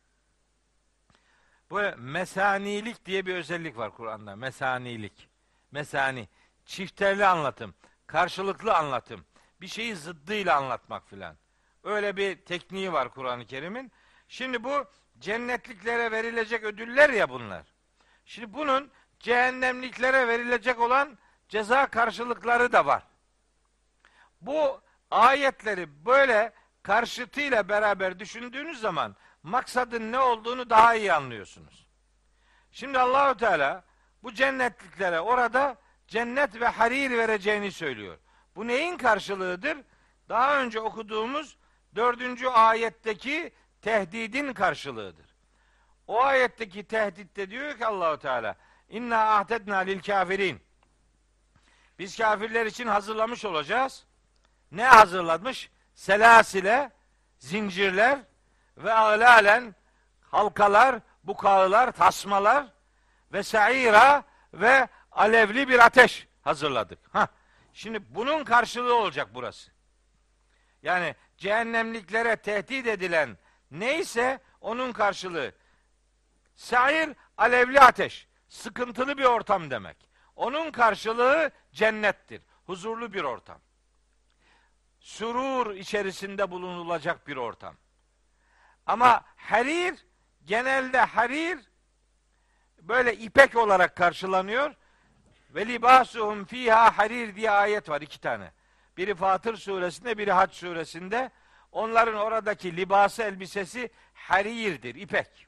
Bu mesanilik diye bir özellik var Kur'an'da. Mesanilik. Mesani. Çifterli anlatım. Karşılıklı anlatım. Bir şeyi zıddıyla anlatmak filan. Öyle bir tekniği var Kur'an-ı Kerim'in. Şimdi bu cennetliklere verilecek ödüller ya bunlar. Şimdi bunun cehennemliklere verilecek olan ceza karşılıkları da var. Bu ayetleri böyle karşıtıyla beraber düşündüğünüz zaman maksadın ne olduğunu daha iyi anlıyorsunuz. Şimdi Allahu Teala bu cennetliklere orada cennet ve harir vereceğini söylüyor. Bu neyin karşılığıdır? Daha önce okuduğumuz 4. ayetteki tehdidin karşılığıdır. O ayetteki tehditte diyor ki Allahu Teala İnna ahdedna lil kafirin. Biz kafirler için hazırlamış olacağız. Ne hazırlamış? selasile, zincirler ve ağlalen, halkalar, bukağılar, tasmalar ve sa'ira ve alevli bir ateş hazırladık. Şimdi bunun karşılığı olacak burası. Yani cehennemliklere tehdit edilen neyse onun karşılığı. Sa'ir, alevli ateş. Sıkıntılı bir ortam demek. Onun karşılığı cennettir. Huzurlu bir ortam. Sürur içerisinde bulunulacak bir ortam. Ama harir, genelde harir böyle ipek olarak karşılanıyor. Ve libasuhum fiha harir diye ayet var, 2 tane. Biri Fatır suresinde, biri Hac suresinde. Onların oradaki libası, elbisesi harirdir, ipek.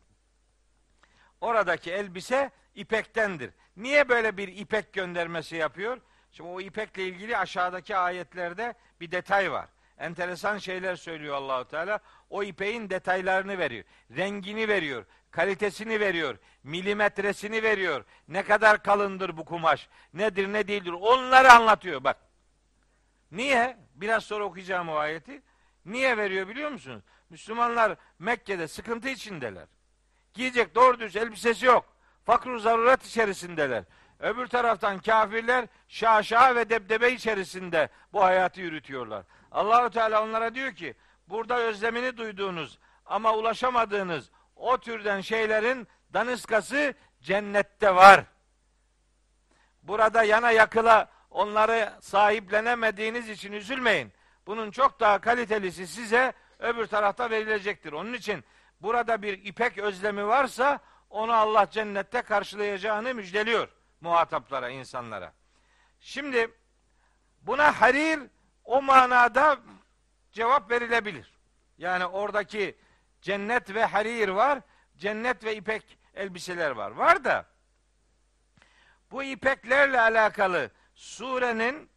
Oradaki elbise ipektendir. Niye böyle bir ipek göndermesi yapıyor? Şimdi o ipekle ilgili aşağıdaki ayetlerde bir detay var. Enteresan şeyler söylüyor Allahu Teala. O ipeğin detaylarını veriyor. Rengini veriyor. Kalitesini veriyor. Milimetresini veriyor. Ne kadar kalındır bu kumaş? Nedir ne değildir? Onları anlatıyor bak. Niye? Biraz sonra okuyacağım o ayeti. Niye veriyor biliyor musunuz? Müslümanlar Mekke'de sıkıntı içindeler. Giyecek doğru düz elbisesi yok. Fakr-ı zaruret içerisindeler. Öbür taraftan kafirler şaşa ve debdebe içerisinde bu hayatı yürütüyorlar. Allahu Teala onlara diyor ki, burada özlemini duyduğunuz ama ulaşamadığınız o türden şeylerin daniskası cennette var. Burada yana yakıla onları sahiplenemediğiniz için üzülmeyin. Bunun çok daha kalitelisi size öbür tarafta verilecektir. Onun için burada bir ipek özlemi varsa onu Allah cennette karşılayacağını müjdeliyor muhataplara, insanlara. Şimdi buna harir o manada cevap verilebilir. Yani oradaki cennet ve harir var, cennet ve ipek elbiseler var. Var da bu ipeklerle alakalı surenin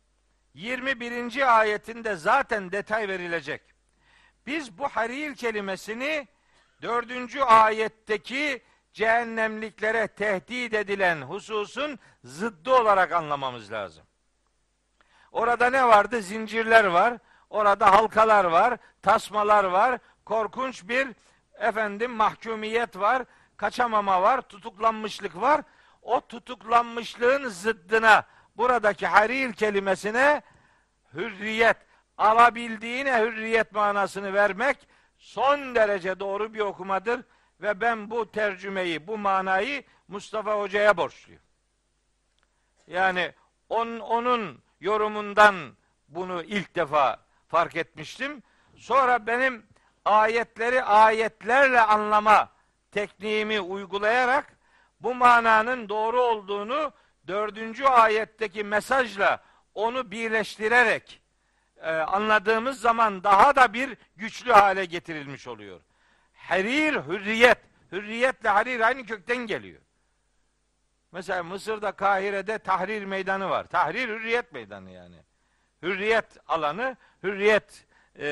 21. ayetinde zaten detay verilecek. Biz bu harir kelimesini 4. ayetteki cehennemliklere tehdit edilen hususun zıddı olarak anlamamız lazım. Orada ne vardı? Zincirler var. Orada halkalar var. Tasmalar var. Korkunç bir mahkumiyet var. Kaçamama var. Tutuklanmışlık var. O tutuklanmışlığın zıddına buradaki harir kelimesine hürriyet, alabildiğine hürriyet manasını vermek son derece doğru bir okumadır ve ben bu tercümeyi, bu manayı Mustafa Hoca'ya borçluyum. Yani onun yorumundan bunu ilk defa fark etmiştim. Sonra benim ayetleri ayetlerle anlama tekniğimi uygulayarak bu mananın doğru olduğunu 4. ayetteki mesajla onu birleştirerek anladığımız zaman daha da bir güçlü hale getirilmiş oluyor. Harir, hürriyet. Hürriyetle harir aynı kökten geliyor. Mesela Mısır'da, Kahire'de Tahrir Meydanı var. Tahrir, hürriyet meydanı yani. Hürriyet alanı, hürriyet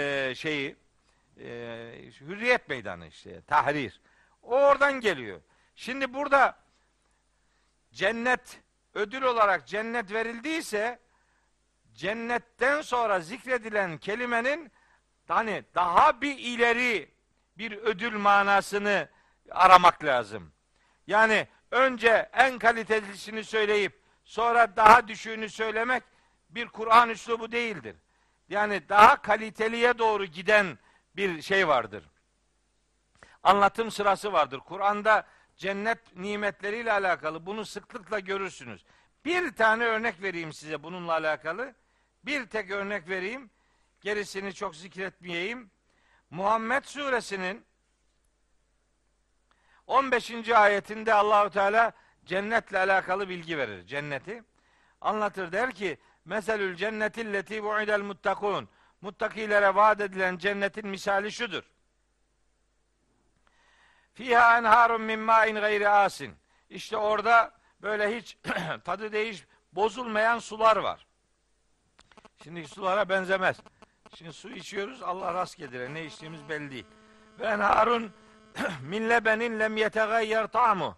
hürriyet meydanı işte. Tahrir. O oradan geliyor. Şimdi burada cennet, ödül olarak cennet verildiyse, cennetten sonra zikredilen kelimenin hani daha bir ileri bir ödül manasını aramak lazım. Yani önce en kalitelisini söyleyip sonra daha düşüğünü söylemek bir Kur'an üslubu değildir. Yani daha kaliteliye doğru giden bir şey vardır. Anlatım sırası vardır. Kur'an'da cennet nimetleriyle alakalı bunu sıklıkla görürsünüz. Bir tane örnek vereyim size bununla alakalı. Bir tek örnek vereyim. Gerisini çok zikretmeyeyim. Muhammed suresinin 15. ayetinde Allahu Teala cennetle alakalı bilgi verir. Cenneti anlatır, der ki: "Meselül cennetilleti bu'idel muttakun." Muttakilere vaat edilen cennetin misali şudur. "Fiha enharun min ma'in gayri asin." İşte orada böyle hiç tadı bozulmayan sular var. Şimdi sulara benzemez. Şimdi su içiyoruz, Allah rast getirir. Ne içtiğimiz belli değil. "Ve enharun min lebenin lem yetegayyer ta'mu."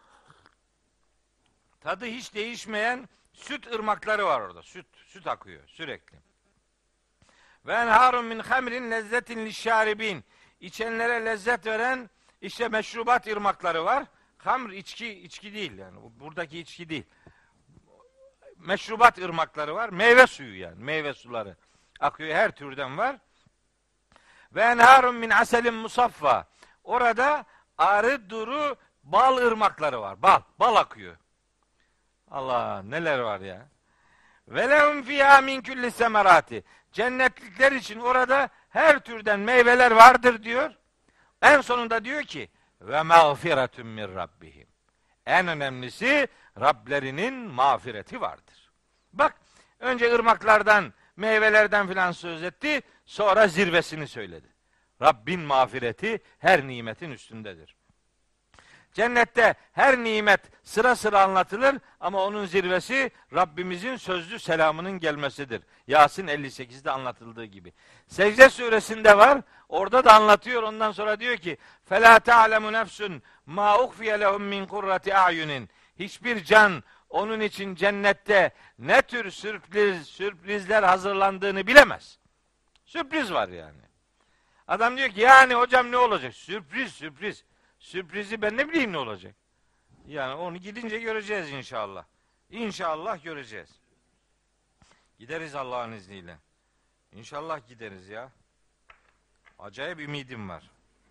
Tadı hiç değişmeyen süt ırmakları var orada. Süt akıyor sürekli. Ve enharun min hamrin lezzetin lişşaribin. İçenlere lezzet veren işte meşrubat ırmakları var. Hamr içki değil yani. Buradaki içki değil. Meşrubat ırmakları var. Meyve suyu yani. Meyve suları akıyor. Her türden var. Ve enharun min aselin musaffa. Orada arı duru bal ırmakları var. Bal akıyor. Allah neler var ya. Ve lehum fîhâ min külli semerâti. Cennetlikler için orada her türden meyveler vardır diyor. En sonunda diyor ki ve mağfiretun min rabbihim. En önemlisi Rablerinin mağfireti vardır. Bak önce ırmaklardan, meyvelerden filan söz etti, sonra zirvesini söyledi. Rabbin mağfireti her nimetin üstündedir. Cennette her nimet sıra sıra anlatılır ama onun zirvesi Rabbimizin sözlü selamının gelmesidir. Yasin 58'de anlatıldığı gibi. Secde suresinde var. Orada da anlatıyor. Ondan sonra diyor ki: "Fela ta'lemu nefsun ma uhfiye lehum min kurrati a'yunin." Hiçbir can onun için cennette ne tür sürprizler hazırlandığını bilemez. Sürpriz var yani. Adam diyor ki yani hocam ne olacak? Sürpriz. Sürprizi ben ne bileyim ne olacak? Yani onu gidince göreceğiz inşallah. İnşallah göreceğiz. Gideriz Allah'ın izniyle. İnşallah gideriz ya. Acayip ümidim var.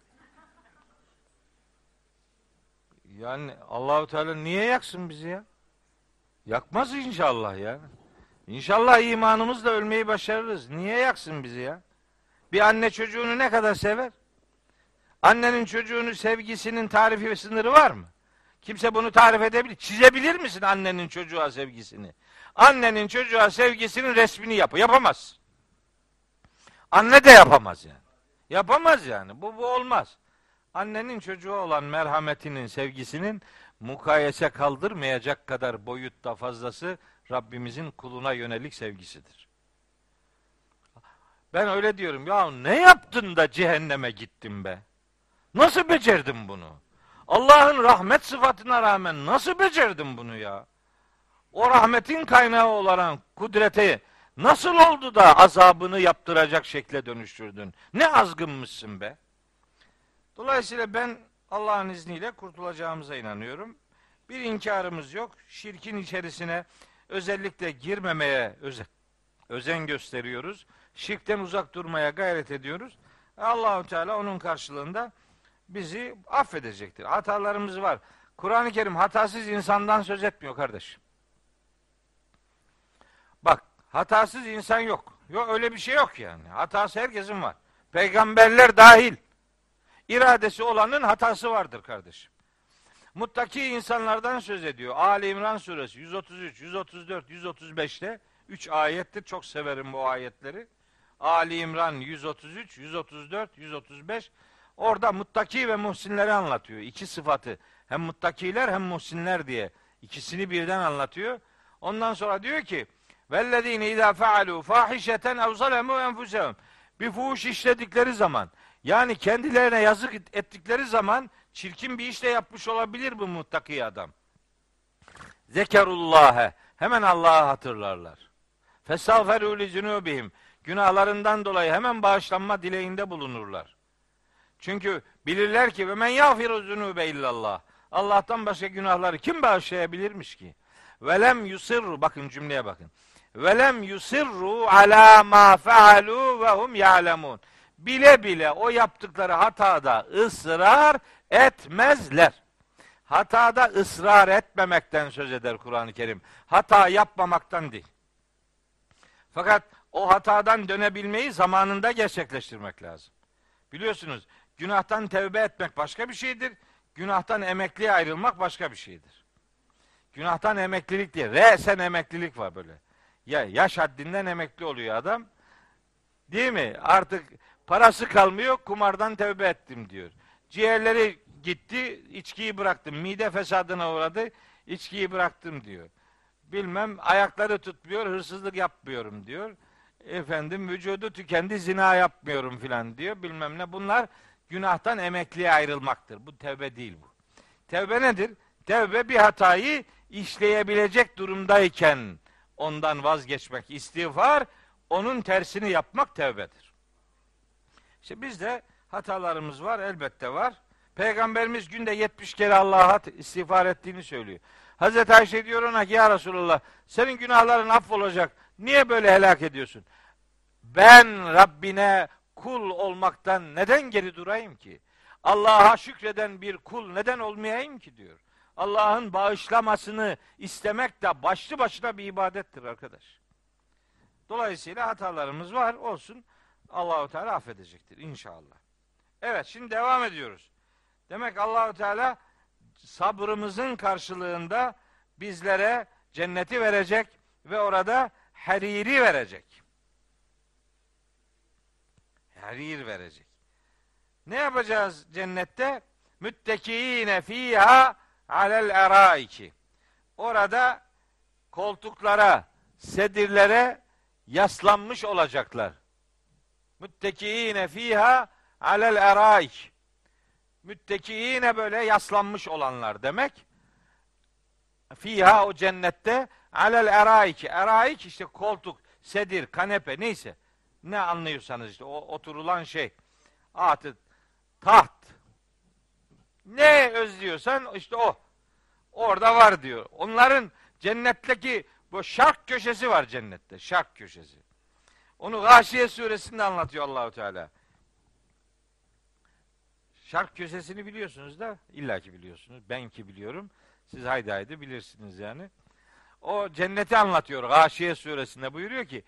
Yani Allahu Teala niye yaksın bizi ya? Yakmaz inşallah ya. İnşallah imanımızla ölmeyi başarırız. Niye yaksın bizi ya? Bir anne çocuğunu ne kadar sever? Annenin çocuğunu sevgisinin tarifi ve sınırı var mı? Kimse bunu tarif edebilir. Çizebilir misin annenin çocuğa sevgisini? Annenin çocuğa sevgisinin resmini yapamaz. Anne de yapamaz yani. Yapamaz yani. Bu olmaz. Annenin çocuğa olan merhametinin, sevgisinin mukayese kaldırmayacak kadar boyutta fazlası Rabbimizin kuluna yönelik sevgisidir. Ben öyle diyorum. Ya ne yaptın da cehenneme gittin be? Nasıl becerdin bunu? Allah'ın rahmet sıfatına rağmen nasıl becerdin bunu ya? O rahmetin kaynağı olan kudreti nasıl oldu da azabını yaptıracak şekle dönüştürdün? Ne azgınmışsın be? Dolayısıyla ben Allah'ın izniyle kurtulacağımıza inanıyorum. Bir inkarımız yok. Şirkin içerisine özellikle girmemeye özen gösteriyoruz. Şirkten uzak durmaya gayret ediyoruz. Allah-u Teala onun karşılığında bizi affedecektir. Hatalarımız var. Kur'an-ı Kerim hatasız insandan söz etmiyor kardeşim. Bak, hatasız insan yok. Yok öyle bir şey yok yani. Hatası herkesin var. Peygamberler dahil. İradesi olanın hatası vardır kardeşim. Muttaki insanlardan söz ediyor. Ali İmran suresi 133, 134, 135'te 3 ayettir. Çok severim bu ayetleri. Ali İmran 133, 134, 135. Orada muttaki ve muhsinleri anlatıyor. İki sıfatı. Hem muttakiler hem muhsinler diye. İkisini birden anlatıyor. Ondan sonra diyor ki: "Vellezine izâ fealû fâhişeten ev zalemû enfusehum." Bir fuhuş işledikleri zaman, yani kendilerine yazık ettikleri zaman çirkin bir iş de yapmış olabilir bu muttaki adam. Zekerullâhe. Hemen Allah'ı hatırlarlar. Festağferû li zunûbihim. Günahlarından dolayı hemen bağışlanma dileğinde bulunurlar. Çünkü bilirler ki ve men yağfiru zunube illallah. Allah'tan başka günahları kim bağışlayabilirmiş ki? Velem yusirru, bakın cümleye bakın. Velem yusirru ala ma faalu ve hum ya'lemun. Bile bile o yaptıkları hatada ısrar etmezler. Hatada ısrar etmemekten söz eder Kur'an-ı Kerim. Hata yapmamaktan değil. Fakat o hatadan dönebilmeyi zamanında gerçekleştirmek lazım. Biliyorsunuz, günahtan tevbe etmek başka bir şeydir. Günahtan emekliye ayrılmak başka bir şeydir. Günahtan emeklilik diye, re'sen emeklilik var böyle. Ya yaş haddinden emekli oluyor adam. Değil mi? Artık parası kalmıyor, kumardan tevbe ettim diyor. Ciğerleri gitti, içkiyi bıraktım. Mide fesadına uğradı, içkiyi bıraktım diyor. Bilmem, ayakları tutmuyor, hırsızlık yapmıyorum diyor. Efendim, vücudu tükendi, zina yapmıyorum filan diyor. Bilmem ne. Bunlar günahtan emekliye ayrılmaktır. Bu tevbe değil bu. Tevbe nedir? Tevbe bir hatayı işleyebilecek durumdayken ondan vazgeçmek. İstiğfar, Onun tersini yapmak tevbedir. İşte bizde hatalarımız var, elbette var. Peygamberimiz günde 70 kere Allah'a istiğfar ettiğini söylüyor. Hazreti Ayşe diyor ona ki ya Resulallah senin günahların affolacak. Niye böyle helak ediyorsun? Ben Rabbine kul olmaktan neden geri durayım ki? Allah'a şükreden bir kul neden olmayayım ki diyor. Allah'ın bağışlamasını istemek de başlı başına bir ibadettir arkadaş. Dolayısıyla hatalarımız var, olsun. Allahu Teala affedecektir inşallah. Evet, şimdi devam ediyoruz. Demek Allahu Teala sabrımızın karşılığında bizlere cenneti verecek ve orada hariri verecek. Harir verecek. Ne yapacağız cennette? Müttekîne fîhâ alel erâiki. Orada koltuklara, sedirlere yaslanmış olacaklar. Müttekîne fîhâ alel erâik. Müttekîne böyle yaslanmış olanlar demek. Fîhâ o cennette alel erâiki. Erâik işte koltuk, sedir, kanepe neyse. Ne anlıyorsanız işte o oturulan şey. Artık taht. Ne özlüyorsan işte o. Orada var diyor. Onların cennetteki bu şark köşesi var cennette. Şark köşesi. Onu Gâşiye suresinde anlatıyor Allahu Teala. Şark köşesini biliyorsunuz da illaki biliyorsunuz. Ben ki biliyorum. Siz haydi haydi bilirsiniz yani. O cenneti anlatıyor. Gâşiye suresinde buyuruyor ki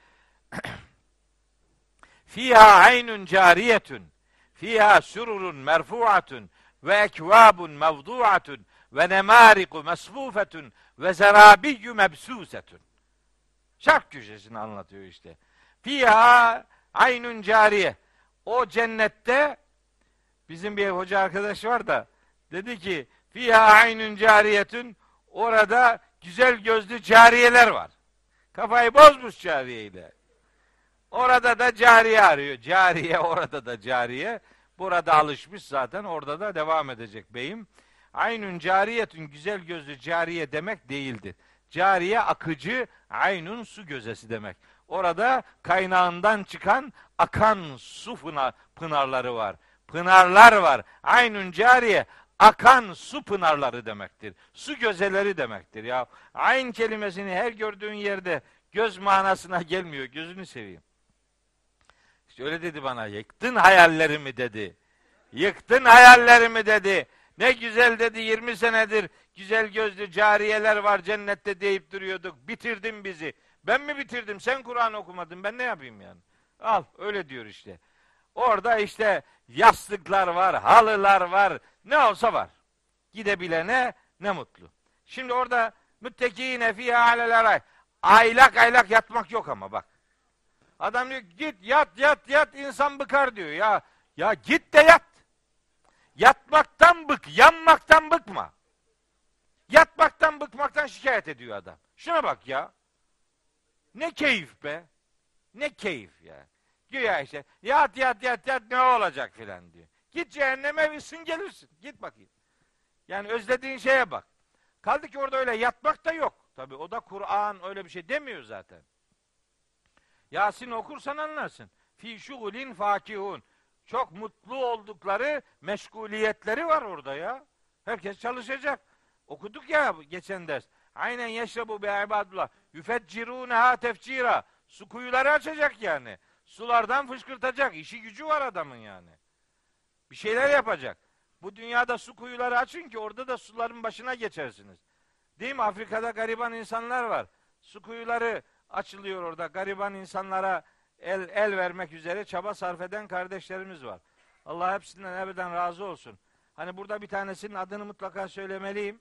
Fiha aynun cariyetun fiha sururun merfu'atun ve ekvabun mevdu'atun ve nemariku mesfufetun ve zerabiyyü mebsusetun. Şark köşesini anlatıyor işte. Fiha aynun cariye. O cennette bizim bir hoca arkadaş var da dedi ki fiha aynun cariyetun, orada güzel gözlü cariyeler var. Kafayı bozmuş cariyeyle. Orada da cariye arıyor. Cariye orada da cariye. Burada alışmış zaten. Orada da devam edecek beyim. Aynun cariyetun, güzel gözlü cariye demek değildir. Cariye akıcı, aynun su gözesi demek. Orada kaynağından çıkan akan su pınarları var. Pınarlar var. Aynun cariye akan su pınarları demektir. Su gözeleri demektir ya. Ayn kelimesini her gördüğün yerde göz manasına gelmiyor. Gözünü seveyim. İşte öyle dedi bana. Yıktın hayallerimi dedi. Yıktın hayallerimi dedi. Ne güzel dedi, 20 senedir güzel gözlü cariyeler var cennette deyip duruyorduk. Bitirdin bizi. Ben mi bitirdim? Sen Kur'an okumadın. Ben ne yapayım yani? Al öyle diyor işte. Orada işte yastıklar var, halılar var. Ne olsa var. Gidebilene ne mutlu. Şimdi orada müttekîne fîhâ alel. Aylak aylak yatmak yok ama bak. Adam diyor git yat insan bıkar diyor ya. Ya git de yat. Yatmaktan bık, yanmaktan bıkma. Yatmaktan bıkmaktan şikayet ediyor adam. Şuna bak ya. Ne keyif be. Ne keyif ya. Güya işte yat ne olacak filan diyor. Git cehenneme bilsin gelirsin. Git bakayım. Yani özlediğin şeye bak. Kaldı ki orada öyle yatmak da yok. Tabi o da Kur'an öyle bir şey demiyor zaten. Yasin okursan anlarsın. Fî şugulin fâkihun. Çok mutlu oldukları meşguliyetleri var orada ya. Herkes çalışacak. Okuduk ya geçen ders. Aynen yeşrebu bi ibadullah. Yüfeccirûneha tefcira. Su kuyuları açacak yani. Sulardan fışkırtacak. İşi gücü var adamın yani. Bir şeyler yapacak. Bu dünyada su kuyuları açın ki orada da suların başına geçersiniz. Değil mi? Afrika'da gariban insanlar var. Su kuyuları açılıyor orada. Gariban insanlara el vermek üzere çaba sarf eden kardeşlerimiz var. Allah hepsinden ebeden razı olsun. Hani burada bir tanesinin adını mutlaka söylemeliyim.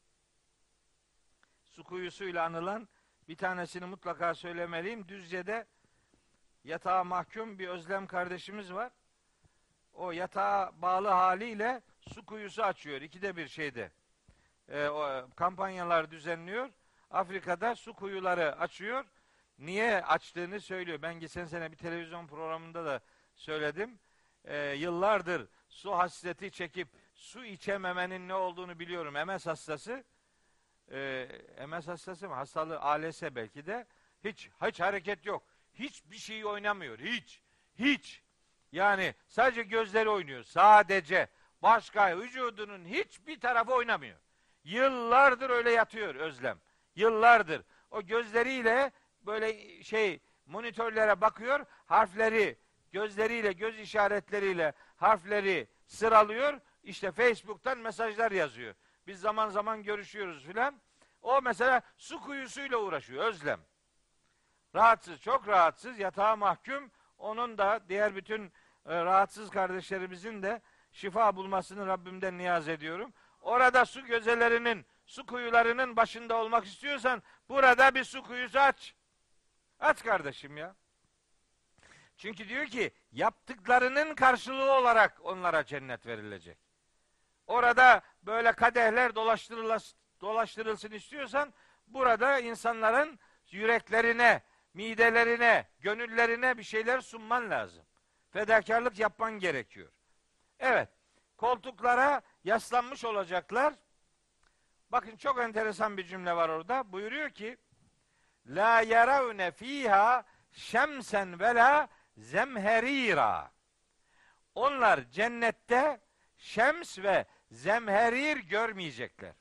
Su kuyusuyla anılan bir tanesini mutlaka söylemeliyim. Düzce'de yatağa mahkum bir Özlem kardeşimiz var. O yatağa bağlı haliyle su kuyusu açıyor. İkide bir şeyde. O kampanyalar düzenliyor. Afrika'da su kuyuları açıyor. Niye açtığını söylüyor. Ben geçen sene bir televizyon programında da söyledim. Yıllardır su hasreti çekip su içememenin ne olduğunu biliyorum. MS hastası. MS hastası mı? Hastalığı ALS belki de. Hiç hareket yok. hiçbir şey oynamıyor. Hiç. Yani sadece gözleri oynuyor. Sadece. Başka vücudunun hiçbir tarafı oynamıyor. Yıllardır öyle yatıyor Özlem. Yıllardır. O gözleriyle böyle monitörlere bakıyor. Harfleri gözleriyle, göz işaretleriyle harfleri sıralıyor. İşte Facebook'tan mesajlar yazıyor. Biz zaman zaman görüşüyoruz filan. O mesela su kuyusuyla uğraşıyor Özlem. Rahatsız, çok rahatsız, yatağa mahkum. Onun da diğer bütün rahatsız kardeşlerimizin de şifa bulmasını Rabbimden niyaz ediyorum. Orada su gözelerinin, su kuyularının başında olmak istiyorsan burada bir su kuyusu aç. Aç kardeşim ya. Çünkü diyor ki yaptıklarının karşılığı olarak onlara cennet verilecek. Orada böyle kadehler dolaştırılsın istiyorsan burada insanların yüreklerine, midelerine, gönüllerine bir şeyler sunman lazım. Fedakarlık yapman gerekiyor. Evet, koltuklara yaslanmış olacaklar. Bakın çok enteresan bir cümle var orada. Buyuruyor ki la yaravne fiha şemsen ve la zemherira. Onlar cennette şems ve zemherir görmeyecekler.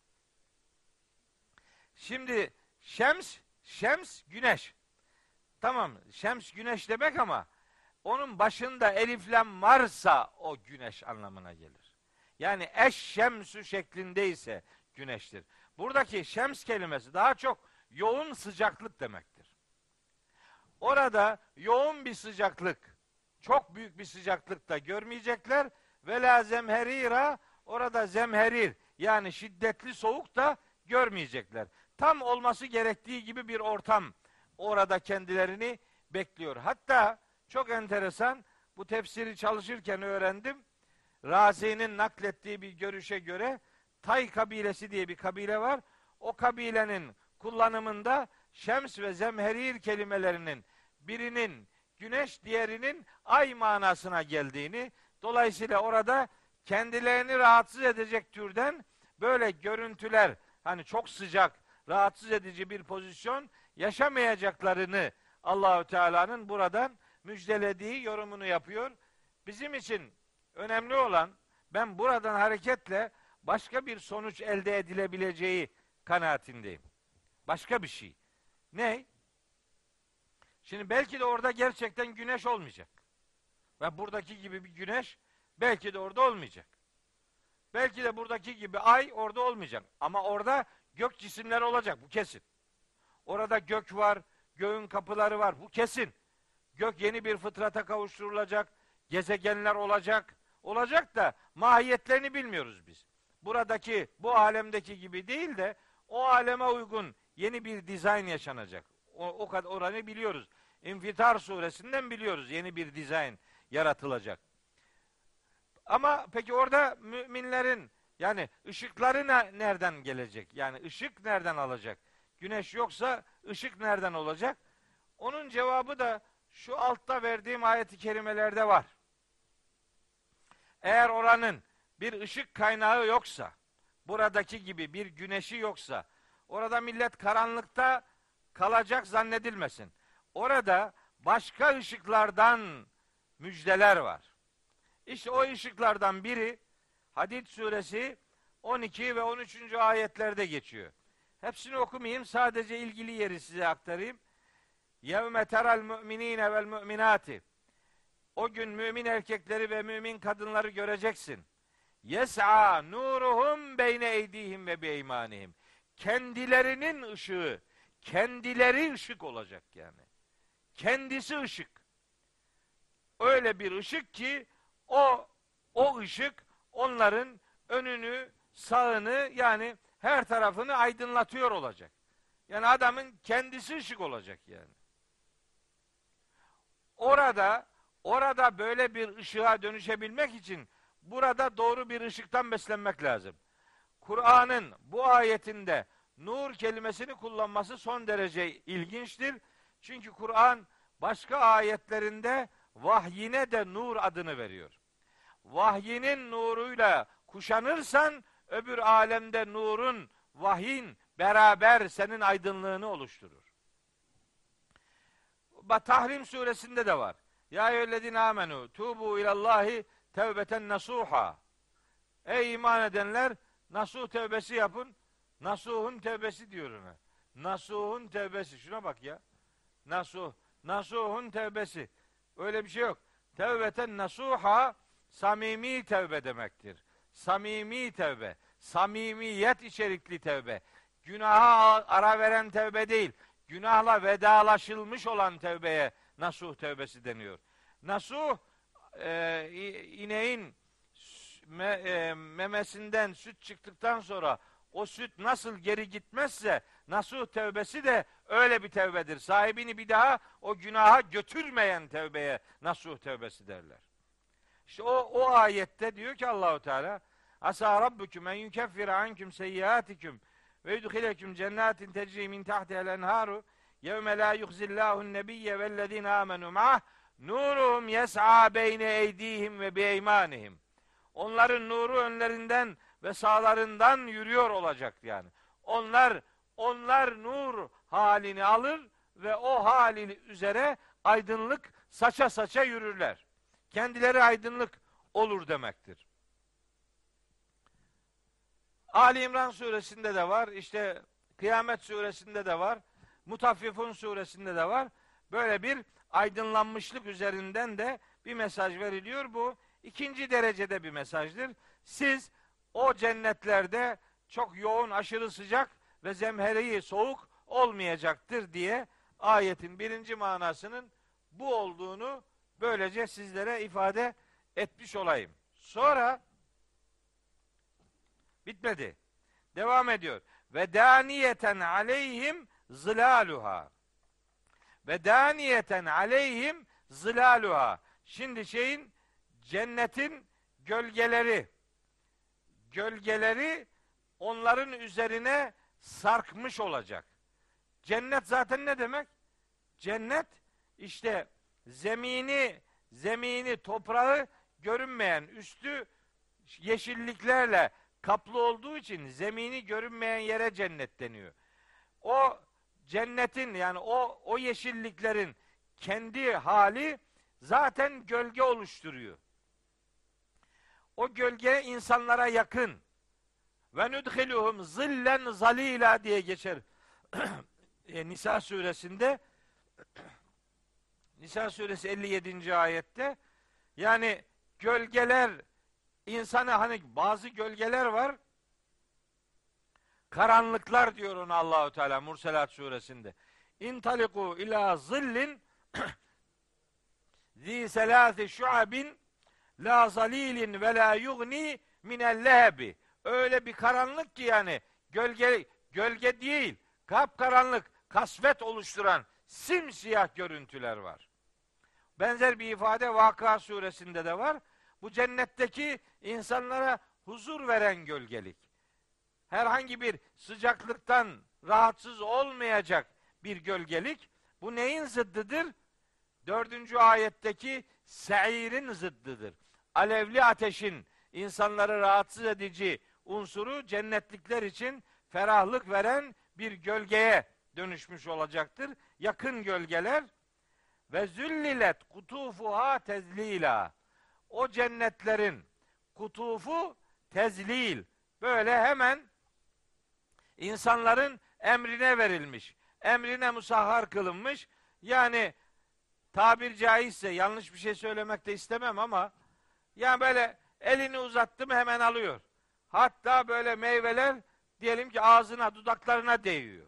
Şimdi şems güneş. Tamam, şems güneş demek ama onun başında elif lam varsa o güneş anlamına gelir. Yani eşşemsü şeklindeyse güneştir. Buradaki şems kelimesi daha çok yoğun sıcaklık demektir. Orada yoğun bir sıcaklık, çok büyük bir sıcaklık da görmeyecekler. Ve la zemherira, orada zemherir yani şiddetli soğuk da görmeyecekler. Tam olması gerektiği gibi bir ortam orada kendilerini bekliyor. Hatta çok enteresan, bu tefsiri çalışırken öğrendim. Razi'nin naklettiği bir görüşe göre Tay kabilesi diye bir kabile var. O kabilenin kullanımında şems ve zemherir kelimelerinin birinin güneş, diğerinin ay manasına geldiğini, dolayısıyla orada kendilerini rahatsız edecek türden böyle görüntüler, hani çok sıcak, rahatsız edici bir pozisyon yaşamayacaklarını Allahü Teala'nın buradan müjdelediği yorumunu yapıyor. Bizim için önemli olan, ben buradan hareketle başka bir sonuç elde edilebileceği kanaatindeyim. Başka bir şey. Ne? Şimdi belki de orada gerçekten güneş olmayacak. Ve buradaki gibi bir güneş belki de orada olmayacak. Belki de buradaki gibi ay orada olmayacak. Ama orada gök cisimleri olacak. Bu kesin. Orada gök var, göğün kapıları var. Bu kesin. Gök yeni bir fıtrata kavuşturulacak. Gezegenler olacak. Olacak da mahiyetlerini bilmiyoruz biz. Buradaki, bu alemdeki gibi değil de o aleme uygun yeni bir dizayn yaşanacak. O kadar oranı biliyoruz. İnfitar suresinden biliyoruz. Yeni bir dizayn yaratılacak. Ama peki orada müminlerin yani ışıkları nereden gelecek? Yani ışık nereden alacak? Güneş yoksa ışık nereden olacak? Onun cevabı da şu altta verdiğim ayet-i kerimelerde var. Eğer oranın bir ışık kaynağı yoksa, buradaki gibi bir güneşi yoksa, orada millet karanlıkta kalacak zannedilmesin. Orada başka ışıklardan müjdeler var. İşte o ışıklardan biri Hadid suresi 12 ve 13. ayetlerde geçiyor. Hepsini okumayayım, sadece ilgili yeri size aktarayım. Yevme teral müminine vel müminati. O gün mümin erkekleri ve mümin kadınları göreceksin. Yes'a nuruhum beyne eydihim ve beymanihim. Kendilerinin ışığı, kendileri ışık olacak yani. Kendisi ışık. Öyle bir ışık ki o ışık onların önünü, sağını yani her tarafını aydınlatıyor olacak. Yani adamın kendisi ışık olacak yani. Orada böyle bir ışığa dönüşebilmek için burada doğru bir ışıktan beslenmek lazım. Kur'an'ın bu ayetinde nur kelimesini kullanması son derece ilginçtir. Çünkü Kur'an başka ayetlerinde vahyine de nur adını veriyor. Vahyinin nuruyla kuşanırsan öbür alemde nurun, vahyin beraber senin aydınlığını oluşturur. Tahrim suresinde de var. Ya eyyühellezine amenu tubu ilallahi tevbeten nasuha. Ey iman edenler, nasuh tevbesi yapın. Nasuhun tevbesi diyor ona. Nasuhun tevbesi. Şuna bak ya. Nasuhun tevbesi. Öyle bir şey yok. Tevbeten nasuha, samimi tevbe demektir. Samimi tevbe. Samimiyet içerikli tevbe. Günaha ara veren tevbe değil. Günahla vedalaşılmış olan tevbeye nasuh tevbesi deniyor. Nasuh, ineğin memesinden süt çıktıktan sonra o süt nasıl geri gitmezse nasuh tevbesi de öyle bir tevbedir. Sahibini bir daha o günaha götürmeyen tevbeye nasuh tevbesi derler. İşte o ayette diyor ki Allahu Teala, asa rabbukum en yukeffira ankum seyyiatikum ve yudkhileküm cennetin tecri min tahtiha'l enharu yevme la yuhzillahu nebiyye vellezine amenu ma'ah nuruhum yes'a beyne eydihim ve beymanihim. Onların nuru önlerinden ve sağlarından yürüyor olacak yani. Onlar nur halini alır ve o hali üzere aydınlık saça saça yürürler. Kendileri aydınlık olur demektir. Ali İmran suresinde de var, işte Kıyamet suresinde de var, Mutaffifun suresinde de var. Böyle bir aydınlanmışlık üzerinden de bir mesaj veriliyor. Bu ikinci derecede bir mesajdır. Siz o cennetlerde çok yoğun, aşırı sıcak ve zemhereyi soğuk olmayacaktır diye ayetin birinci manasının bu olduğunu böylece sizlere ifade etmiş olayım. Sonra bitmedi. Devam ediyor. Ve daniyeten aleyhim zilaluha. Ve daniyeten aleyhim zilaluha. Şimdi cennetin gölgeleri onların üzerine sarkmış olacak. Cennet zaten ne demek? Cennet işte zemini, toprağı görünmeyen, üstü yeşilliklerle kaplı olduğu için zemini görünmeyen yere cennet deniyor. O cennetin yani o yeşilliklerin kendi hali zaten gölge oluşturuyor. O gölge insanlara yakın. Ve nudhiluhum zillen zalila diye geçer. Nisa suresinde Nisa suresi 57. ayette yani gölgeler insanı hani bazı gölgeler var. Karanlıklar diyor ona Allahu Teala Murselat suresinde. İntaliku ila zillin zi selâsi şu'abin la zalilin ve la yugni minel lehebi. Öyle bir karanlık ki yani gölge değil, kapkaranlık, kasvet oluşturan simsiyah görüntüler var. Benzer bir ifade Vakıa suresinde de var. Bu cennetteki insanlara huzur veren gölgelik. Herhangi bir sıcaklıktan rahatsız olmayacak bir gölgelik. Bu neyin zıddıdır? 4. ayetteki se'irin zıddıdır. Alevli ateşin insanları rahatsız edici unsuru cennetlikler için ferahlık veren bir gölgeye dönüşmüş olacaktır. Yakın gölgeler ve züllilet kutufuha tezlila. O cennetlerin kutufu tezlil. Böyle hemen insanların emrine verilmiş. Emrine musahhar kılınmış. Yani tabir caizse yanlış bir şey söylemek de istemem ama yani böyle elini uzattım hemen alıyor. Hatta böyle meyveler diyelim ki ağzına, dudaklarına değiyor.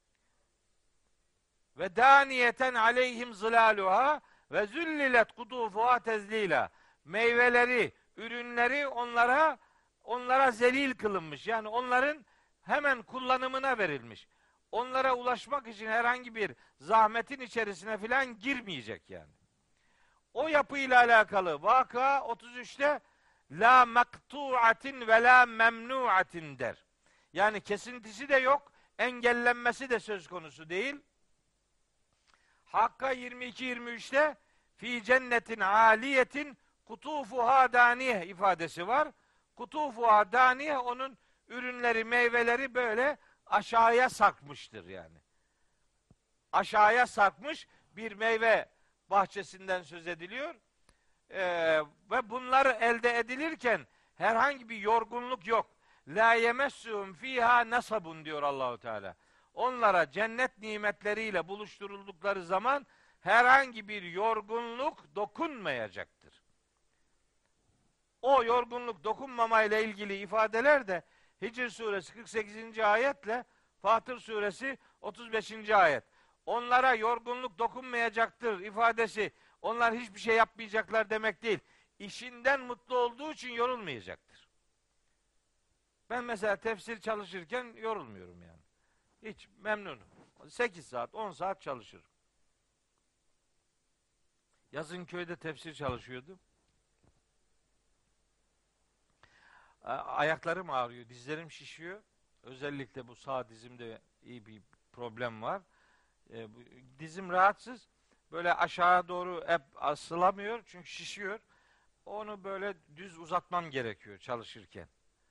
Ve daniyeten aleyhim zilaluha ve züllilet kutufuha tezlila. Meyveleri, ürünleri onlara zelil kılınmış. Yani onların hemen kullanımına verilmiş. Onlara ulaşmak için herhangi bir zahmetin içerisine filan girmeyecek yani. O yapıyla alakalı Vakıa 33'te la maktu'atin ve la memnu'atin der. Yani kesintisi de yok, engellenmesi de söz konusu değil. Hakka 22-23'te fi cennetin aliyetin kutufuha daniyeh ifadesi var. Kutufuha daniyeh onun ürünleri, meyveleri böyle aşağıya sarkmıştır yani. Aşağıya sarkmış, bir meyve bahçesinden söz ediliyor. Ve bunlar elde edilirken herhangi bir yorgunluk yok. La yemessuhum fiha nasabun diyor Allahu Teala. Onlara cennet nimetleriyle buluşturuldukları zaman herhangi bir yorgunluk dokunmayacaktır. O yorgunluk dokunmamayla ilgili ifadeler de Hicr suresi 48. ayetle Fatır suresi 35. ayet. Onlara yorgunluk dokunmayacaktır ifadesi, onlar hiçbir şey yapmayacaklar demek değil. İşinden mutlu olduğu için yorulmayacaktır. Ben mesela tefsir çalışırken yorulmuyorum yani. Hiç memnunum. 8 saat, 10 saat çalışırım. Yazın köyde tefsir çalışıyordum. Ayaklarım ağrıyor, dizlerim şişiyor. Özellikle bu sağ dizimde iyi bir problem var. Dizim rahatsız. Böyle aşağı doğru hep asılamıyor çünkü şişiyor. Onu böyle düz uzatmam gerekiyor çalışırken.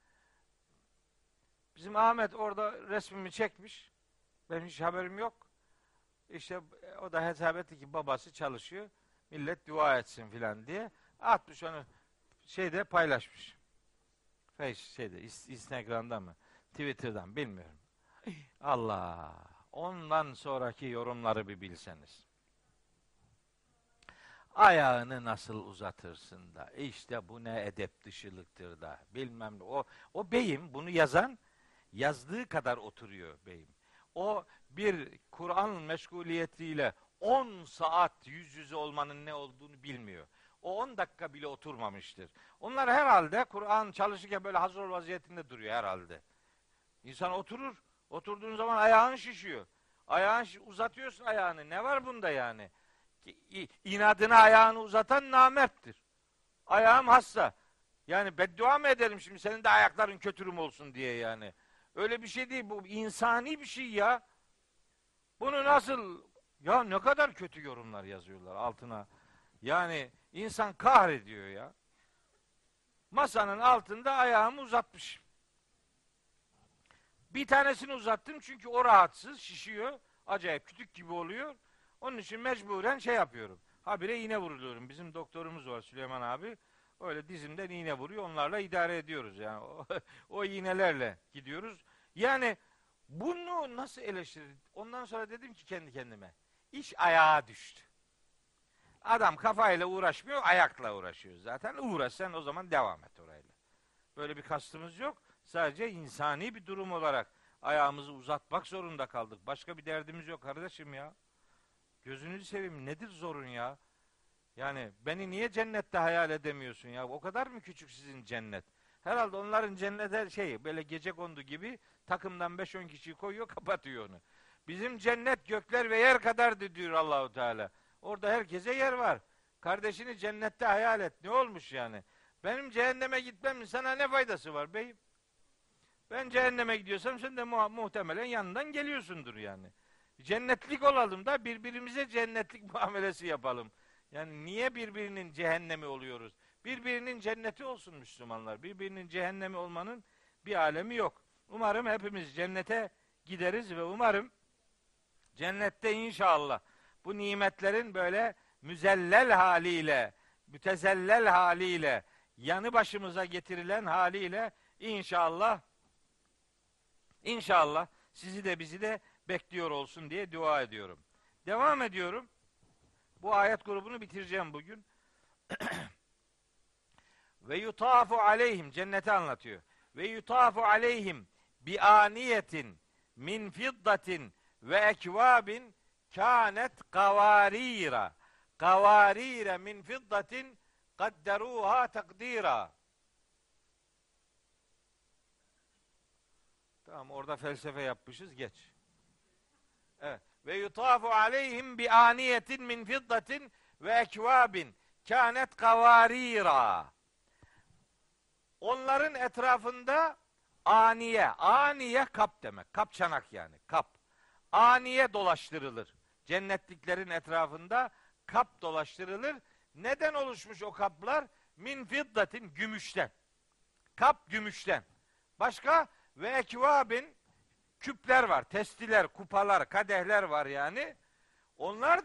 Bizim Ahmet orada resmimi çekmiş. Benim hiç haberim yok. İşte o da hesap etti ki babası çalışıyor. Millet dua etsin filan diye. Atmış onu şeyde paylaşmış. Instagram'dan mı? Twitter'dan bilmiyorum. Allah. Ondan sonraki yorumları bir bilseniz. Ayağını nasıl uzatırsın da, işte bu ne edep dışılıktır da, bilmem ne. O beyim, bunu yazan, yazdığı kadar oturuyor beyim. O bir Kur'an meşguliyetiyle 10 saat yüz yüze olmanın ne olduğunu bilmiyor. O 10 dakika bile oturmamıştır. Onlar herhalde Kur'an çalışırken böyle hazır vaziyetinde duruyor herhalde. İnsan oturur. Oturduğun zaman ayağın şişiyor. Uzatıyorsun ayağını. Ne var bunda yani? İnadına ayağını uzatan namerttir. Ayağım hasta. Yani beddua mı ederim şimdi senin de ayakların kötürüm olsun diye yani. Öyle bir şey değil. Bu insani bir şey ya. Bunu nasıl, ya ne kadar kötü yorumlar yazıyorlar altına. Yani insan kahrediyor ya. Masanın altında ayağımı uzatmışım. Bir tanesini uzattım çünkü o rahatsız, şişiyor. Acayip kütük gibi oluyor. Onun için mecburen şey yapıyorum. Habire iğne vuruluyorum. Bizim doktorumuz var Süleyman abi. Öyle dizimden iğne vuruyor. Onlarla idare ediyoruz yani. O iğnelerle gidiyoruz. Yani bunu nasıl eleştirir? Ondan sonra dedim ki kendi kendime. İş ayağa düştü. Adam kafayla uğraşmıyor, ayakla uğraşıyor zaten. Uğraşsan o zaman devam et orayla. Böyle bir kastımız yok. Sadece insani bir durum olarak ayağımızı uzatmak zorunda kaldık. Başka bir derdimiz yok kardeşim ya. Gözünüzü seveyim, nedir zorun ya? Yani beni niye cennette hayal edemiyorsun ya? O kadar mı küçük sizin cennet? Herhalde onların cennete böyle gecekondu gibi takımdan 5-10 kişiyi koyuyor, kapatıyor onu. Bizim cennet gökler ve yer kadardı diyor Allahu Teala. Orada herkese yer var. Kardeşini cennette hayal et. Ne olmuş yani? Benim cehenneme gitmemin sana ne faydası var beyim? Ben cehenneme gidiyorsam sen de muhtemelen yanından geliyorsundur yani. Cennetlik olalım da birbirimize cennetlik muamelesi yapalım. Yani niye birbirinin cehennemi oluyoruz? Birbirinin cenneti olsun Müslümanlar. Birbirinin cehennemi olmanın bir alemi yok. Umarım hepimiz cennete gideriz ve umarım cennette inşallah bu nimetlerin böyle müzellel haliyle, mütezellel haliyle, yanı başımıza getirilen haliyle İnşallah sizi de bizi de bekliyor olsun diye dua ediyorum. Devam ediyorum. Bu ayet grubunu bitireceğim bugün. Ve yutafu aleyhim, cenneti anlatıyor. Ve yutafu aleyhim bi aniyetin min fiddatin ve ekvabin kânet kavarira. Kavarira min fiddatin kadderuha takdira. Tamam, orada felsefe yapmışız, geç. Evet. Ve yutafu aleyhim bi aniyetin min fiddatin ve ekvabin kânet kavarira. Onların etrafında aniye kap demek. Kap çanak yani, kap. Aniye dolaştırılır. Cennetliklerin etrafında kap dolaştırılır. Neden oluşmuş o kaplar? Min fiddatin, gümüşten. Kap gümüşten. Başka? Ve ekvabin, küpler var, testiler, kupalar, kadehler var yani. Onlar da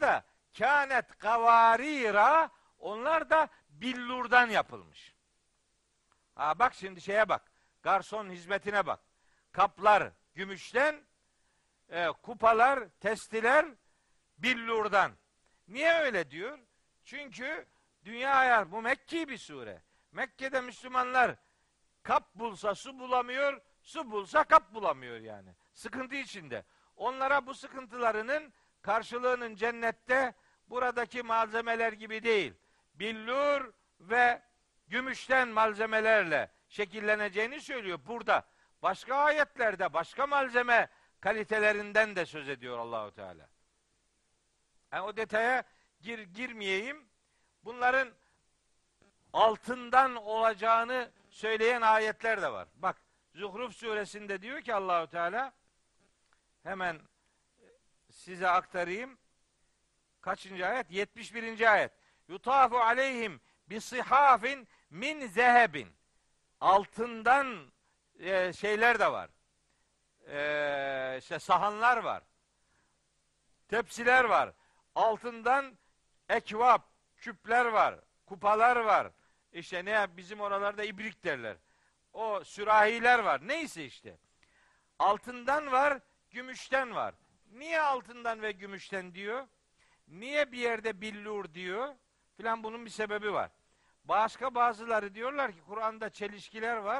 kânet kavarira, onlar da billurdan yapılmış. Ha bak şimdi şeye bak. Garson hizmetine bak. Kaplar gümüşten, kupalar, testiler billurdan. Niye öyle diyor? Çünkü dünya ayar, bu Mekki bir sure. Mekke'de Müslümanlar kap bulsa su bulamıyor, su bulsa kap bulamıyor yani. Sıkıntı içinde. Onlara bu sıkıntılarının karşılığının cennette buradaki malzemeler gibi değil. Billur ve gümüşten malzemelerle şekilleneceğini söylüyor. Burada başka ayetlerde başka malzeme kalitelerinden de söz ediyor Allahu Teala. Yani o detaya girmeyeyim. Bunların altından olacağını söyleyen ayetler de var. Bak Zuhruf suresinde diyor ki Allahu Teala, hemen size aktarayım. Kaçıncı ayet? 71. ayet. Yutafu aleyhim bisihafin min zehebin. Altından şeyler de var. İşte sahanlar var. Tepsiler var. Altından ekvap, küpler var. Kupalar var. İşte ne bizim oralarda ibrik derler. O sürahiler var. Neyse işte. Altından var, gümüşten var. Niye altından ve gümüşten diyor? Niye bir yerde billur diyor? Filan, bunun bir sebebi var. Başka bazıları diyorlar ki Kur'an'da çelişkiler var.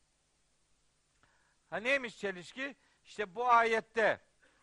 Ha neymiş çelişki? İşte bu ayette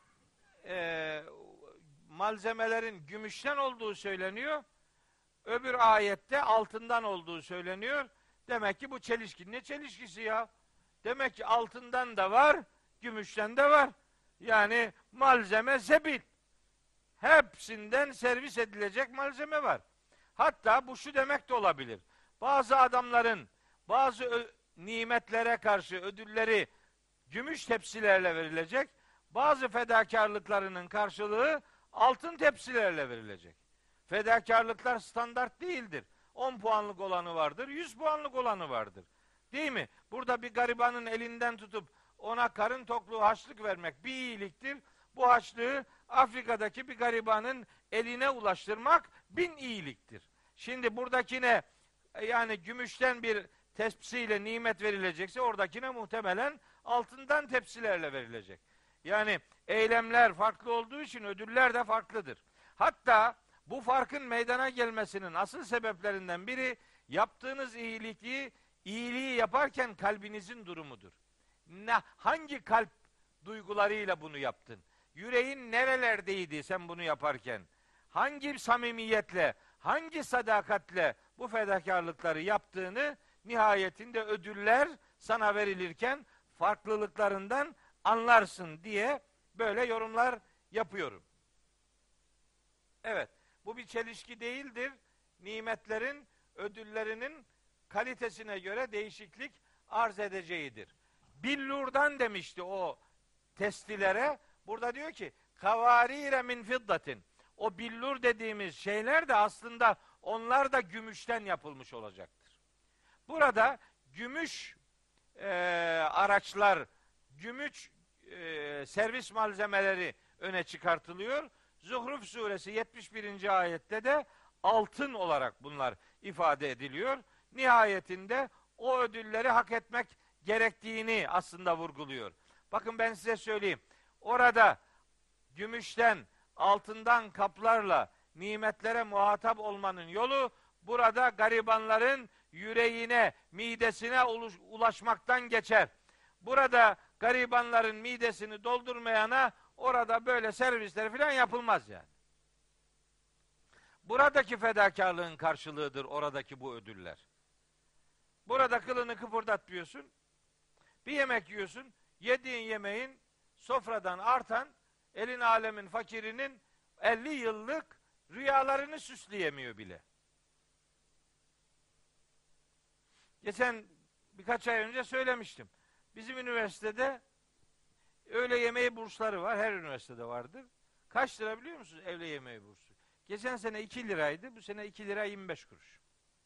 malzemelerin gümüşten olduğu söyleniyor. Öbür ayette altından olduğu söyleniyor. Demek ki bu çelişki. Ne çelişkisi ya? Demek ki altından da var, gümüşten de var. Yani malzeme sebil. Hepsinden servis edilecek malzeme var. Hatta bu şu demek de olabilir. Bazı adamların bazı nimetlere karşı ödülleri gümüş tepsilerle verilecek. Bazı fedakarlıklarının karşılığı altın tepsilerle verilecek. Fedakarlıklar standart değildir. 10 puanlık olanı vardır, 100 puanlık olanı vardır. Değil mi? Burada bir garibanın elinden tutup ona karın tokluğu haçlık vermek bir iyiliktir. Bu haçlığı Afrika'daki bir garibanın eline ulaştırmak 1000 iyiliktir. Şimdi buradakine yani gümüşten bir tepsiyle nimet verilecekse oradakine muhtemelen altından tepsilerle verilecek. Yani eylemler farklı olduğu için ödüller de farklıdır. Hatta bu farkın meydana gelmesinin asıl sebeplerinden biri yaptığınız iyiliği yaparken kalbinizin durumudur. Hangi kalp duygularıyla bunu yaptın? Yüreğin nerelerdeydi sen bunu yaparken? Hangi samimiyetle, hangi sadakatle bu fedakarlıkları yaptığını nihayetinde ödüller sana verilirken farklılıklarından anlarsın diye böyle yorumlar yapıyorum. Evet, bu bir çelişki değildir. Nimetlerin, ödüllerinin kalitesine göre değişiklik arz edeceğidir. Billurdan demişti o testilere. Burada diyor ki kavarire min fiddatin. O billur dediğimiz şeyler de aslında onlar da gümüşten yapılmış olacaktır. Burada gümüş araçlar, gümüş servis malzemeleri öne çıkartılıyor. Zuhruf suresi 71. ayette de altın olarak bunlar ifade ediliyor. Nihayetinde o ödülleri hak etmek gerektiğini aslında vurguluyor. Bakın ben size söyleyeyim. Orada gümüşten, altından kaplarla nimetlere muhatap olmanın yolu burada garibanların yüreğine, midesine ulaşmaktan geçer. Burada garibanların midesini doldurmayana orada böyle servisler falan yapılmaz yani. Buradaki fedakarlığın karşılığıdır oradaki bu ödüller. Burada kılını kıpırdatmıyorsun. Bir yemek yiyorsun. Yediğin yemeğin sofradan artan elin alemin fakirinin 50 yıllık rüyalarını süsleyemiyor bile. Geçen birkaç ay önce söylemiştim. Bizim üniversitede öğle yemeği bursları var. Her üniversitede vardır. Kaç lira biliyor musunuz öğle yemeği bursu? Geçen sene 2 liraydı. Bu sene 2 lira 25 kuruş.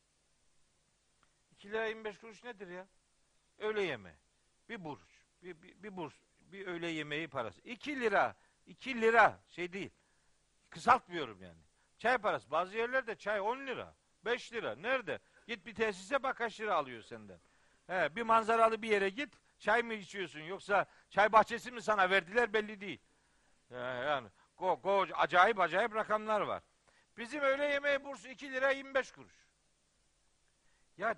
2 lira 25 kuruş nedir ya? Öğle yemeği. Bir burs. Bir burs. Bir öğle yemeği parası. 2 lira. 2 lira. Şey değil. Kısaltmıyorum yani. Çay parası. Bazı yerlerde çay 10 lira. 5 lira. Nerede? Git bir tesise bak kaç lira alıyor senden. Bir manzaralı bir yere git. Çay mı içiyorsun yoksa çay bahçesi mi sana verdiler belli değil. Yani acayip acayip rakamlar var. Bizim öğle yemeği bursu 2 lira 25 kuruş. Ya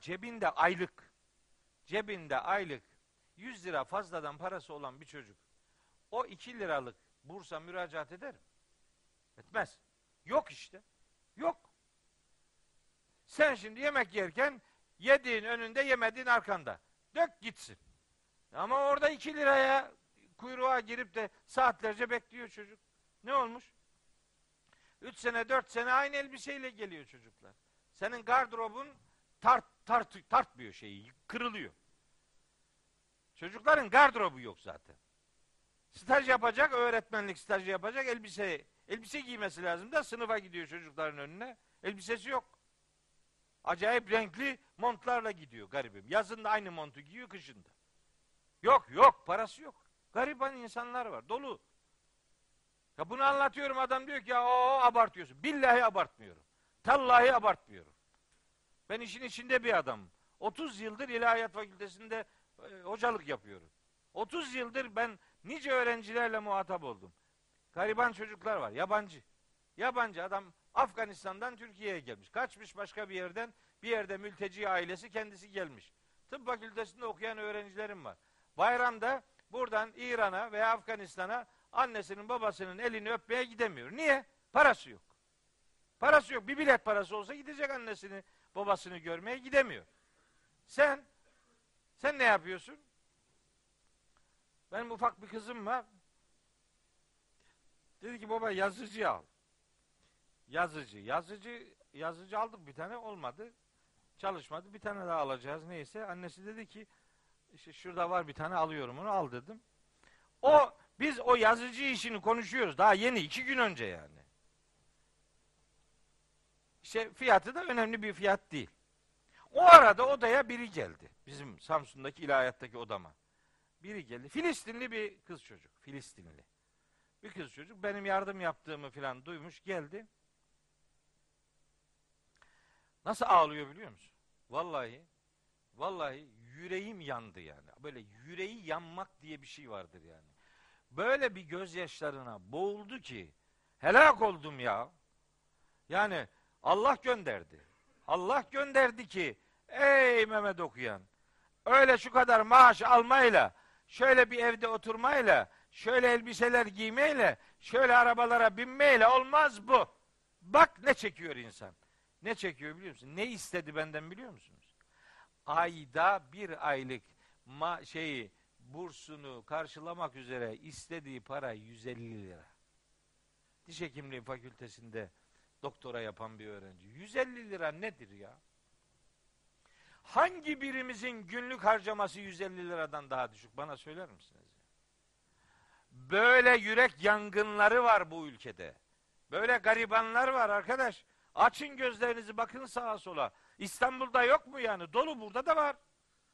cebinde aylık 100 lira fazladan parası olan bir çocuk o 2 liralık bursa müracaat eder mi? Etmez. Yok işte. Yok. Sen şimdi yemek yerken yediğin önünde, yemediğin arkanda. Dök gitsin. Ama orada 2 liraya kuyruğa girip de saatlerce bekliyor çocuk. Ne olmuş? 3 sene 4 sene aynı elbiseyle geliyor çocuklar. Senin gardırobun tartmıyor şeyi, kırılıyor. Çocukların gardırobu yok zaten. Staj yapacak, öğretmenlik stajı yapacak, elbise giymesi lazım da sınıfa gidiyor çocukların önüne. Elbisesi yok. Acayip renkli montlarla gidiyor garibim. Yazın da aynı montu giyiyor, kışın da. Yok, parası yok. Gariban insanlar var, dolu. Ya bunu anlatıyorum, adam diyor ki ya abartıyorsun. Billahi abartmıyorum. Tallahi abartmıyorum. Ben işin içinde bir adamım. 30 yıldır İlahiyat Fakültesi'nde hocalık yapıyorum. 30 yıldır ben nice öğrencilerle muhatap oldum. Gariban çocuklar var, yabancı. Yabancı adam Afganistan'dan Türkiye'ye gelmiş. Kaçmış başka bir yerden, bir yerde mülteci ailesi, kendisi gelmiş. Tıp fakültesinde okuyan öğrencilerim var. Bayramda buradan İran'a veya Afganistan'a annesinin babasının elini öpmeye gidemiyor. Niye? Parası yok. Parası yok. Bir bilet parası olsa gidecek annesini, babasını görmeye, gidemiyor. Sen ne yapıyorsun? Benim ufak bir kızım var. Dedi ki baba yazıcı al. Yazıcı aldık, bir tane olmadı. Çalışmadı. Bir tane daha alacağız neyse. Annesi dedi ki işte şurada var bir tane, alıyorum onu, al dedim. Biz o yazıcı işini konuşuyoruz. Daha yeni 2 gün önce yani. İşte fiyatı da önemli bir fiyat değil. O arada odaya biri geldi. Bizim Samsun'daki ilahiyattaki odama. Biri geldi. Filistinli bir kız çocuk. Filistinli. Bir kız çocuk. Benim yardım yaptığımı filan duymuş, geldi. Nasıl ağlıyor biliyor musun? Vallahi yüreğim yandı yani. Böyle yüreği yanmak diye bir şey vardır yani. Böyle bir gözyaşlarına boğuldu ki helak oldum ya. Yani Allah gönderdi. Allah gönderdi ki ey Mehmet okuyan, öyle şu kadar maaş almayla, şöyle bir evde oturmayla, şöyle elbiseler giymeyle, şöyle arabalara binmeyle olmaz bu. Bak ne çekiyor insan. Ne çekiyor biliyor musun? Ne istedi benden biliyor musunuz? Ayda 1 aylık bursunu karşılamak üzere istediği para 150 lira. Diş hekimliği fakültesinde doktora yapan bir öğrenci. 150 lira nedir ya? Hangi birimizin günlük harcaması 150 liradan daha düşük? Bana söyler misiniz? Böyle yürek yangınları var bu ülkede. Böyle garibanlar var arkadaş. Açın gözlerinizi, bakın sağa sola. İstanbul'da yok mu yani? Dolu, burada da var.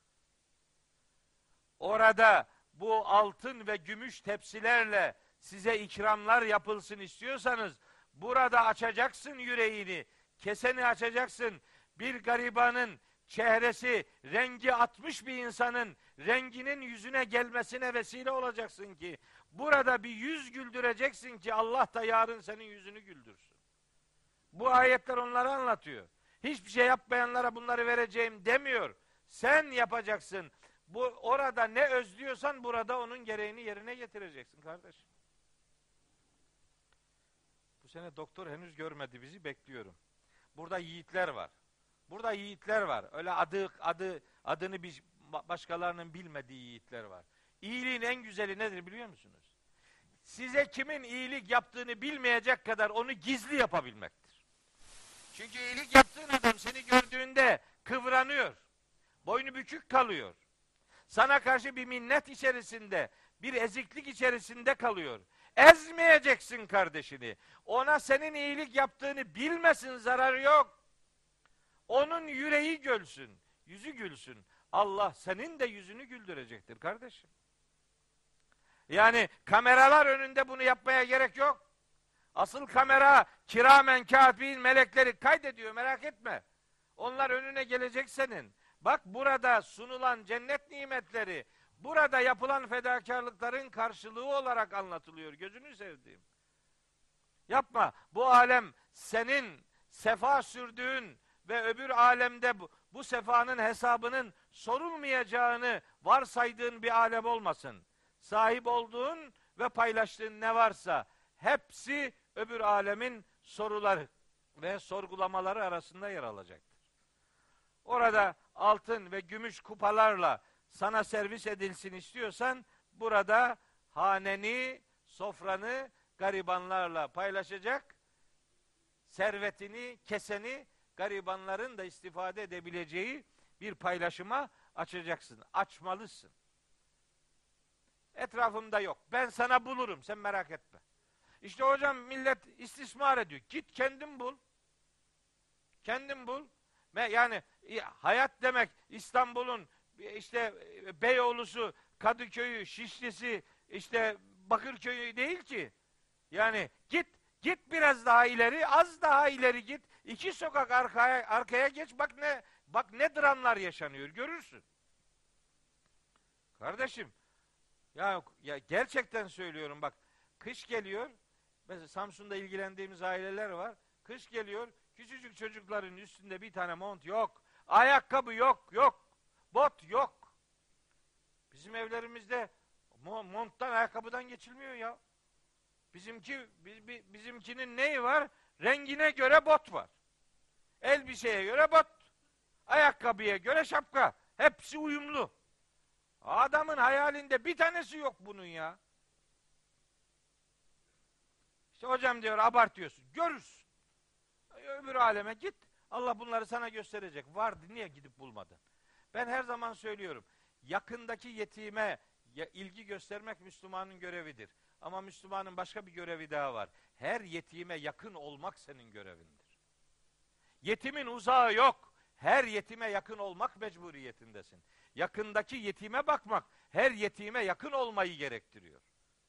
Orada bu altın ve gümüş tepsilerle size ikramlar yapılsın istiyorsanız, burada açacaksın yüreğini, keseni açacaksın. Bir garibanın çehresi, rengi atmış bir insanın renginin yüzüne gelmesine vesile olacaksın ki, burada bir yüz güldüreceksin ki Allah da yarın senin yüzünü güldürsün. Bu ayetler onları anlatıyor. Hiçbir şey yapmayanlara bunları vereceğim demiyor. Sen yapacaksın. Orada ne özlüyorsan burada onun gereğini yerine getireceksin kardeşim. Bu sene doktor henüz görmedi bizi, bekliyorum. Burada yiğitler var. Öyle adını başkalarının bilmediği yiğitler var. İyiliğin en güzeli nedir biliyor musunuz? Size kimin iyilik yaptığını bilmeyecek kadar onu gizli yapabilmektir. Çünkü iyilik yaptığın adam seni gördüğünde kıvranıyor. Boynu bükük kalıyor. Sana karşı bir minnet içerisinde, bir eziklik içerisinde kalıyor. Ezmeyeceksin kardeşini. Ona senin iyilik yaptığını bilmesin, zararı yok. Onun yüreği gülsün, yüzü gülsün. Allah senin de yüzünü güldürecektir kardeşim. Yani kameralar önünde bunu yapmaya gerek yok. Asıl kamera kiramen katibin melekleri kaydediyor, merak etme. Onlar önüne gelecek senin. Bak burada sunulan cennet nimetleri, burada yapılan fedakarlıkların karşılığı olarak anlatılıyor. Gözünü sevdiğim. Yapma. Bu alem senin sefa sürdüğün ve öbür alemde bu sefanın hesabının sorulmayacağını varsaydığın bir alem olmasın. Sahip olduğun ve paylaştığın ne varsa hepsi öbür alemin soruları ve sorgulamaları arasında yer alacaktır. Orada altın ve gümüş kupalarla sana servis edilsin istiyorsan burada haneni, sofranı garibanlarla paylaşacak, servetini, keseni garibanların da istifade edebileceği bir paylaşıma açacaksın. Açmalısın. Etrafımda yok. Ben sana bulurum. Sen merak etme. İşte hocam millet istismar ediyor. Git kendin bul. Kendin bul. Yani hayat demek İstanbul'un işte Beyoğlu'su, Kadıköy'ü, Şişli'si, işte Bakırköy'ü değil ki. Yani git biraz daha ileri, az daha ileri git. 2 sokak arkaya geç, bak ne dramlar yaşanıyor, görürsün. Kardeşim, ya gerçekten söylüyorum bak, kış geliyor. Mesela Samsun'da ilgilendiğimiz aileler var. Kış geliyor, küçücük çocukların üstünde bir tane mont yok. Ayakkabı yok. Bot yok. Bizim evlerimizde monttan, ayakkabıdan geçilmiyor ya. Bizimkinin neyi var? Rengine göre bot var. Elbiseye göre bot. Ayakkabıya göre şapka. Hepsi uyumlu. Adamın hayalinde bir tanesi yok bunun ya. İşte hocam diyor abartıyorsun. Görürsün. Öbür aleme git. Allah bunları sana gösterecek. Vardı, niye gidip bulmadın? Ben her zaman söylüyorum. Yakındaki yetime ilgi göstermek Müslümanın görevidir. Ama Müslümanın başka bir görevi daha var. Her yetime yakın olmak senin görevindir. Yetimin uzağı yok. Her yetime yakın olmak mecburiyetindesin. Yakındaki yetime bakmak, her yetime yakın olmayı gerektiriyor.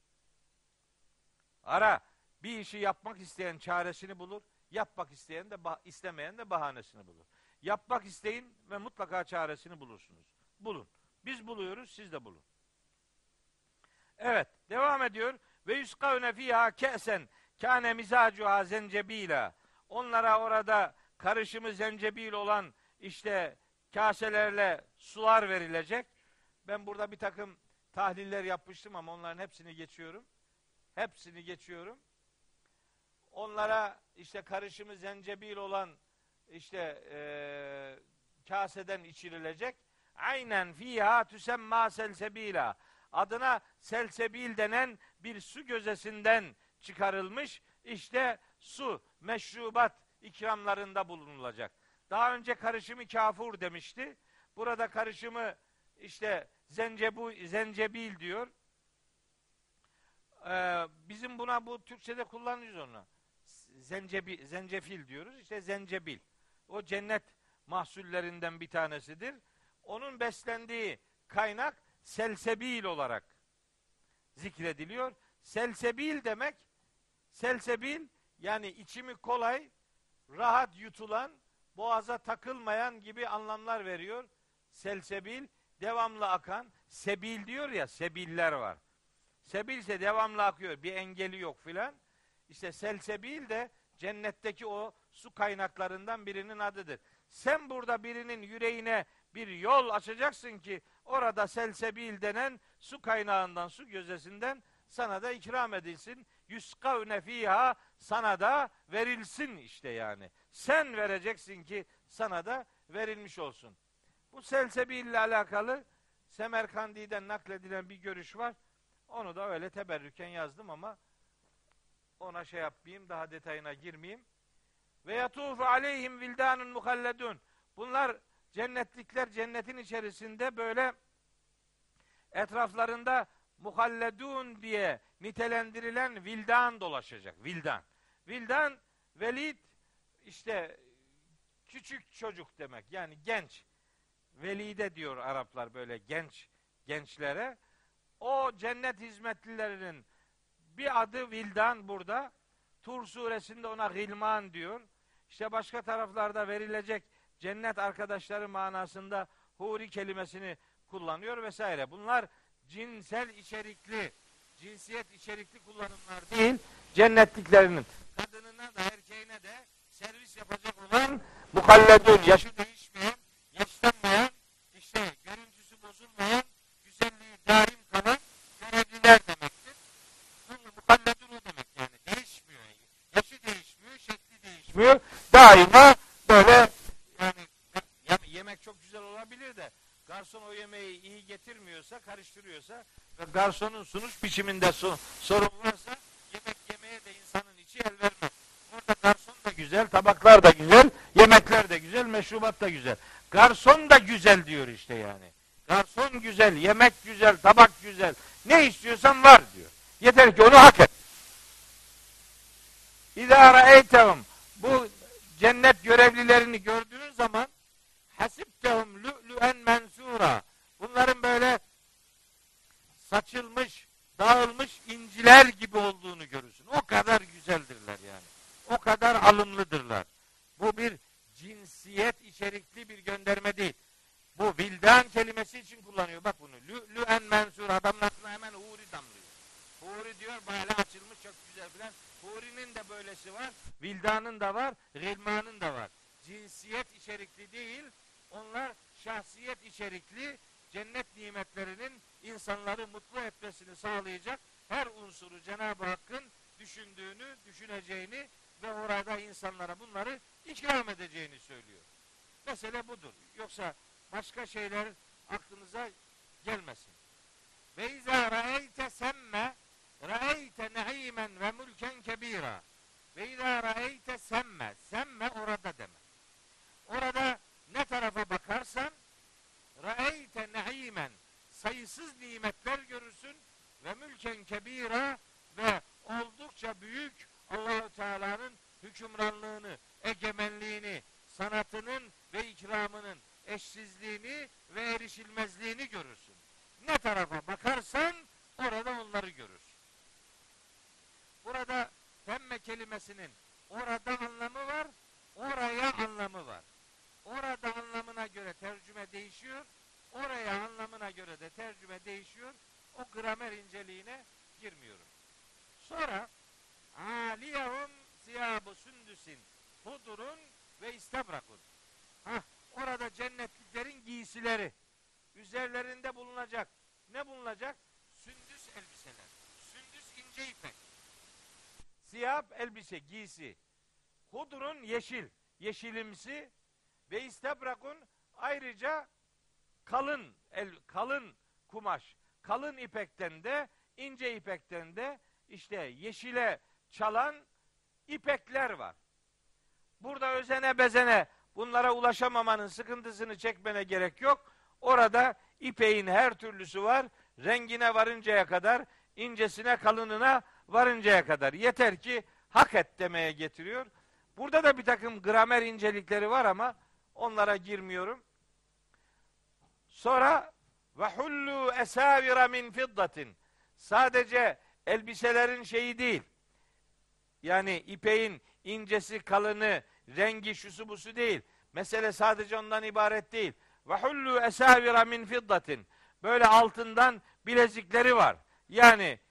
Bir işi yapmak isteyen çaresini bulur, yapmak istemeyen de bahanesini bulur. Yapmak isteyin ve mutlaka çaresini bulursunuz. Bulun. Biz buluyoruz, siz de bulun. Evet, devam ediyor. Ve yuskavne fiha ke'sen kâne mizacuha zencebîlâ. Onlara orada karışımı zencebil olan işte kaselerle sular verilecek. Ben burada bir takım tahliller yapmıştım ama onların hepsini geçiyorum. Onlara işte karışımı zencebil olan işte kaseden içirilecek. Aynen fiha tüsemma selsebila. Adına selsebil denen bir su gözesinden çıkarılmış işte su, meşrubat ikramlarında bulunulacak. Daha önce karışımı kafur demişti. Burada karışımı işte zencebil diyor. Bizim bu Türkçe'de kullanıyoruz onu. Zencefil diyoruz. İşte zencebil. O cennet mahsullerinden bir tanesidir. Onun beslendiği kaynak selsebil olarak zikrediliyor. Selsebil demek, yani içimi kolay, rahat yutulan, boğaza takılmayan gibi anlamlar veriyor. Selsebil, devamlı akan. Sebil diyor ya, sebiller var. Sebil ise devamlı akıyor, bir engeli yok filan. İşte selsebil de cennetteki o su kaynaklarından birinin adıdır. Sen burada birinin yüreğine bir yol açacaksın ki orada selsebil denen su kaynağından, su gözesinden sana da ikram edilsin. Yuskavne fiha, sana da verilsin işte yani. Sen vereceksin ki sana da verilmiş olsun. Bu selsebil ile alakalı Semerkandi'den nakledilen bir görüş var. Onu da öyle teberrüken yazdım ama ona şey yapmayayım, daha detayına girmeyeyim. Ve yatufu aleyhim vildanun muhalledun. Bunlar cennetlikler cennetin içerisinde böyle etraflarında muhalledun diye nitelendirilen vildan dolaşacak. Vildan, velid işte küçük çocuk demek. Yani genç. Velide diyor Araplar böyle gençlere. O cennet hizmetlilerinin bir adı vildan burada. Tur suresinde ona gılman diyor. İşte başka taraflarda verilecek cennet arkadaşları manasında huri kelimesini kullanıyor vesaire. Bunlar cinsel içerikli, cinsiyet içerikli kullanımlar değil. Cennetliklerinin kadınına da erkeğine de servis yapacak olan muhalledun, yaşı değişmeyen, yaşlanmayan, işte görüntüsü bozulmayan, güzelliği daim kalan görevliler demektir. Muhalledun o demek yani. Değişmiyor. Yaşı değişmiyor, şekli değişmiyor. Daima böyle yani yemek çok güzel olabilir de garson o yemeği iyi getirmiyorsa, karıştırıyorsa ve garsonun sunuş biçiminde sorun varsa yemek yemeye de insanın içi el vermez. Orada garson da güzel, tabaklar da güzel, yemekler de güzel, meşrubat da güzel. Garson da güzel diyor işte yani. Garson güzel, yemek güzel, tabak güzel. Ne istiyorsan var diyor. Yeter ki onu hak et. İzâ ra'eytehum, bu cennet görevlilerini gördüğün zaman hasibtehum lu'lu'en mensura, bunların böyle saçılmış, dağılmış inciler gibi olduğunu görürsün. O kadar güzeldirler yani. O kadar alımlıdırlar. Bu bir cinsiyet içerikli bir gönderme değil. Bu vildan kelimesi için kullanıyor. Bak bunu. Lu'lu'en mensura, adamın aklına hemen huri damlıyor. Huri diyor böyle açılmış çok güzel filan. Huri'nin de böylesi var. Vildanın da var. Gılmanın da var. Cinsiyet içerikli değil. Onlar şahsiyet içerikli, cennet nimetlerinin insanları mutlu etmesini sağlayacak her unsuru Cenab-ı Hakk'ın düşündüğünü, düşüneceğini ve orada insanlara bunları ikram edeceğini söylüyor. Mesele budur. Yoksa başka şeyler aklınıza gelmesin. Ve izâ ra'eyte semme ra'eyte ne'imen ve mülken kebîrâ. Ve izâ ra'eyte semme, semme orada demek. Orada ne tarafa bakarsan ra'eyte ne'imen, sayısız nimetler görürsün ve mülken kebira, ve oldukça büyük Allah-u Teala'nın hükümranlığını, egemenliğini, sanatının ve ikramının eşsizliğini ve erişilmezliğini görürsün. Ne tarafa bakarsan orada onları görürsün. Burada temme kelimesinin orada anlamı var, oraya anlamı var. Orada anlamına göre tercüme değişiyor, oraya anlamına göre de tercüme değişiyor. O gramer inceliğine girmiyorum. Sonra aliyahum siyabu sündüsin hudurun ve istabrakun. Orada cennetliklerin giysileri üzerlerinde bulunacak. Ne bulunacak? Sündüs elbiseler. Sündüs ince ipek. Siyah elbise, giysi. Hudurun yeşil, yeşilimsi ve istabrakun ayrıca kalın kumaş, kalın ipekten de, ince ipekten de işte yeşile çalan ipekler var. Burada özene bezene bunlara ulaşamamanın sıkıntısını çekmene gerek yok. Orada ipeğin her türlüsü var. Rengine varıncaya kadar, incesine, kalınına varıncaya kadar. Yeter ki hak et demeye getiriyor. Burada da bir takım gramer incelikleri var ama onlara girmiyorum. Sonra ve hullu esavira min fiddatin. Sadece elbiselerin şeyi değil. Yani ipeğin incesi, kalını, rengi, şusu busu değil. Mesele sadece ondan ibaret değil. Ve hullu esavira min fiddatin. Böyle altından bilezikleri var. Yani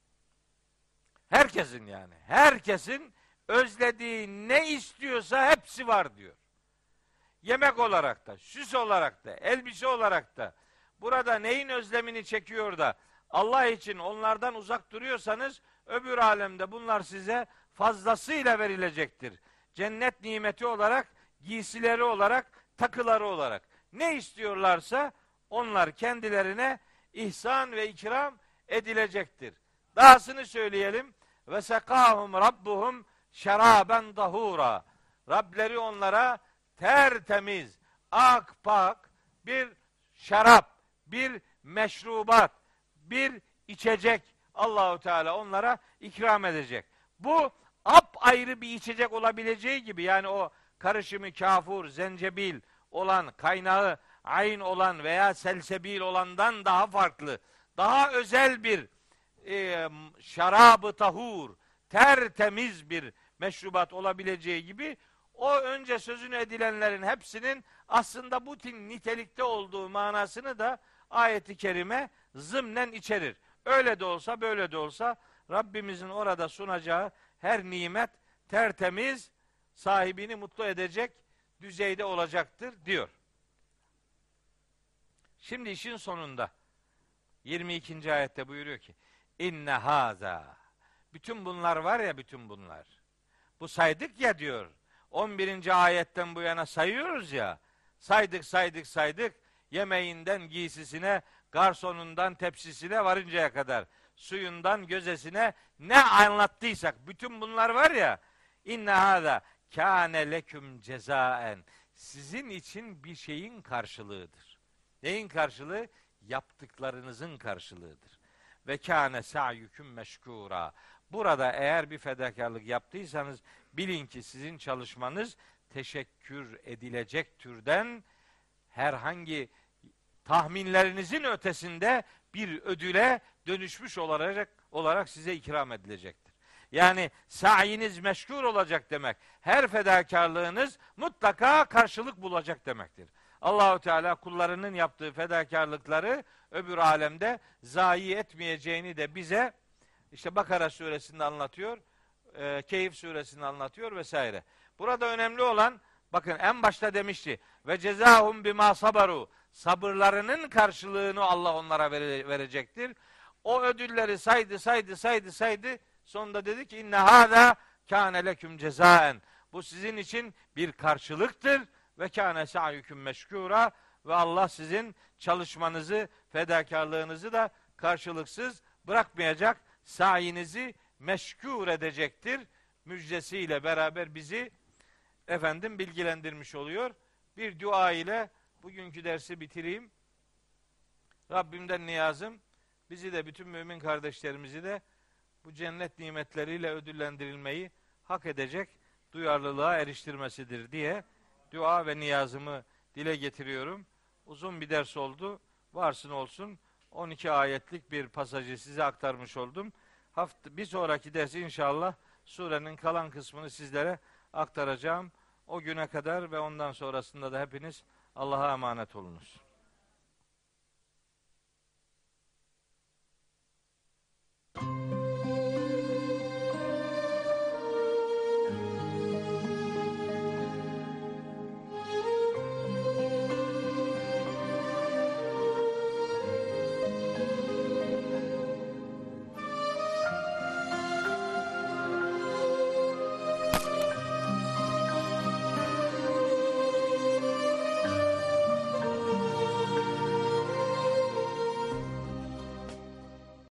herkesin özlediği ne istiyorsa hepsi var diyor. Yemek olarak da, süs olarak da, elbise olarak da. Burada neyin özlemini çekiyor da Allah için onlardan uzak duruyorsanız öbür alemde bunlar size fazlasıyla verilecektir. Cennet nimeti olarak, giysileri olarak, takıları olarak. Ne istiyorlarsa onlar kendilerine ihsan ve ikram edilecektir. Dahasını söyleyelim. Ve sekahum rabbuhum şeraben dahura. Rableri onlara tertemiz, akpak bir şarap, bir meşrubat, bir içecek Allahu Teala onlara ikram edecek. Bu apayrı bir içecek olabileceği gibi, yani o karışımı kafur, zencebil olan, kaynağı ayn olan veya selsebil olandan daha farklı, daha özel bir şarabı tahur, tertemiz bir meşrubat olabileceği gibi, o önce sözünü edilenlerin hepsinin aslında bu nitelikte olduğu manasını da ayeti kerime zımnen içerir. Öyle de olsa böyle de olsa Rabbimizin orada sunacağı her nimet tertemiz, sahibini mutlu edecek düzeyde olacaktır diyor. Şimdi işin sonunda 22. ayette buyuruyor ki inne haza, bütün bunlar var ya, bütün bunlar, bu saydık ya diyor, 11. ayetten bu yana sayıyoruz ya, saydık yemeğinden giysisine, garsonundan tepsisine varıncaya kadar, suyundan gözesine ne anlattıysak, bütün bunlar var ya, inne haza kâne leküm cezaen, sizin için bir şeyin karşılığıdır. Neyin karşılığı? Yaptıklarınızın karşılığıdır. Ve kâne sa'yüküm meşkûrâ. Burada eğer bir fedakarlık yaptıysanız bilin ki sizin çalışmanız teşekkür edilecek türden, herhangi tahminlerinizin ötesinde bir ödüle dönüşmüş olarak size ikram edilecektir. Yani sa'yiniz meşgul olacak demek, her fedakarlığınız mutlaka karşılık bulacak demektir. Allahu Teala kullarının yaptığı fedakarlıkları öbür alemde zayi etmeyeceğini de bize işte Bakara suresinde anlatıyor, Keyif suresinde anlatıyor vesaire. Burada önemli olan, bakın en başta demişti ve cezahum bima sabaru, sabırlarının karşılığını Allah onlara verecektir. O ödülleri saydı. Sonunda dedi ki inne hâzâ kâne leküm cezaen. Bu sizin için bir karşılıktır ve kâne sa'yüküm meşkûrâ, ve Allah sizin çalışmanızı, fedakarlığınızı da karşılıksız bırakmayacak, sayinizi meşgûr edecektir müjdesiyle beraber bizi bilgilendirmiş oluyor. Bir dua ile bugünkü dersi bitireyim. Rabbimden niyazım, bizi de bütün mümin kardeşlerimizi de bu cennet nimetleriyle ödüllendirilmeyi hak edecek duyarlılığa eriştirmesidir diye dua ve niyazımı dile getiriyorum. Uzun bir ders oldu. Varsın olsun 12 ayetlik bir pasajı size aktarmış oldum. Bir sonraki ders inşallah surenin kalan kısmını sizlere aktaracağım. O güne kadar ve ondan sonrasında da hepiniz Allah'a emanet olunuz.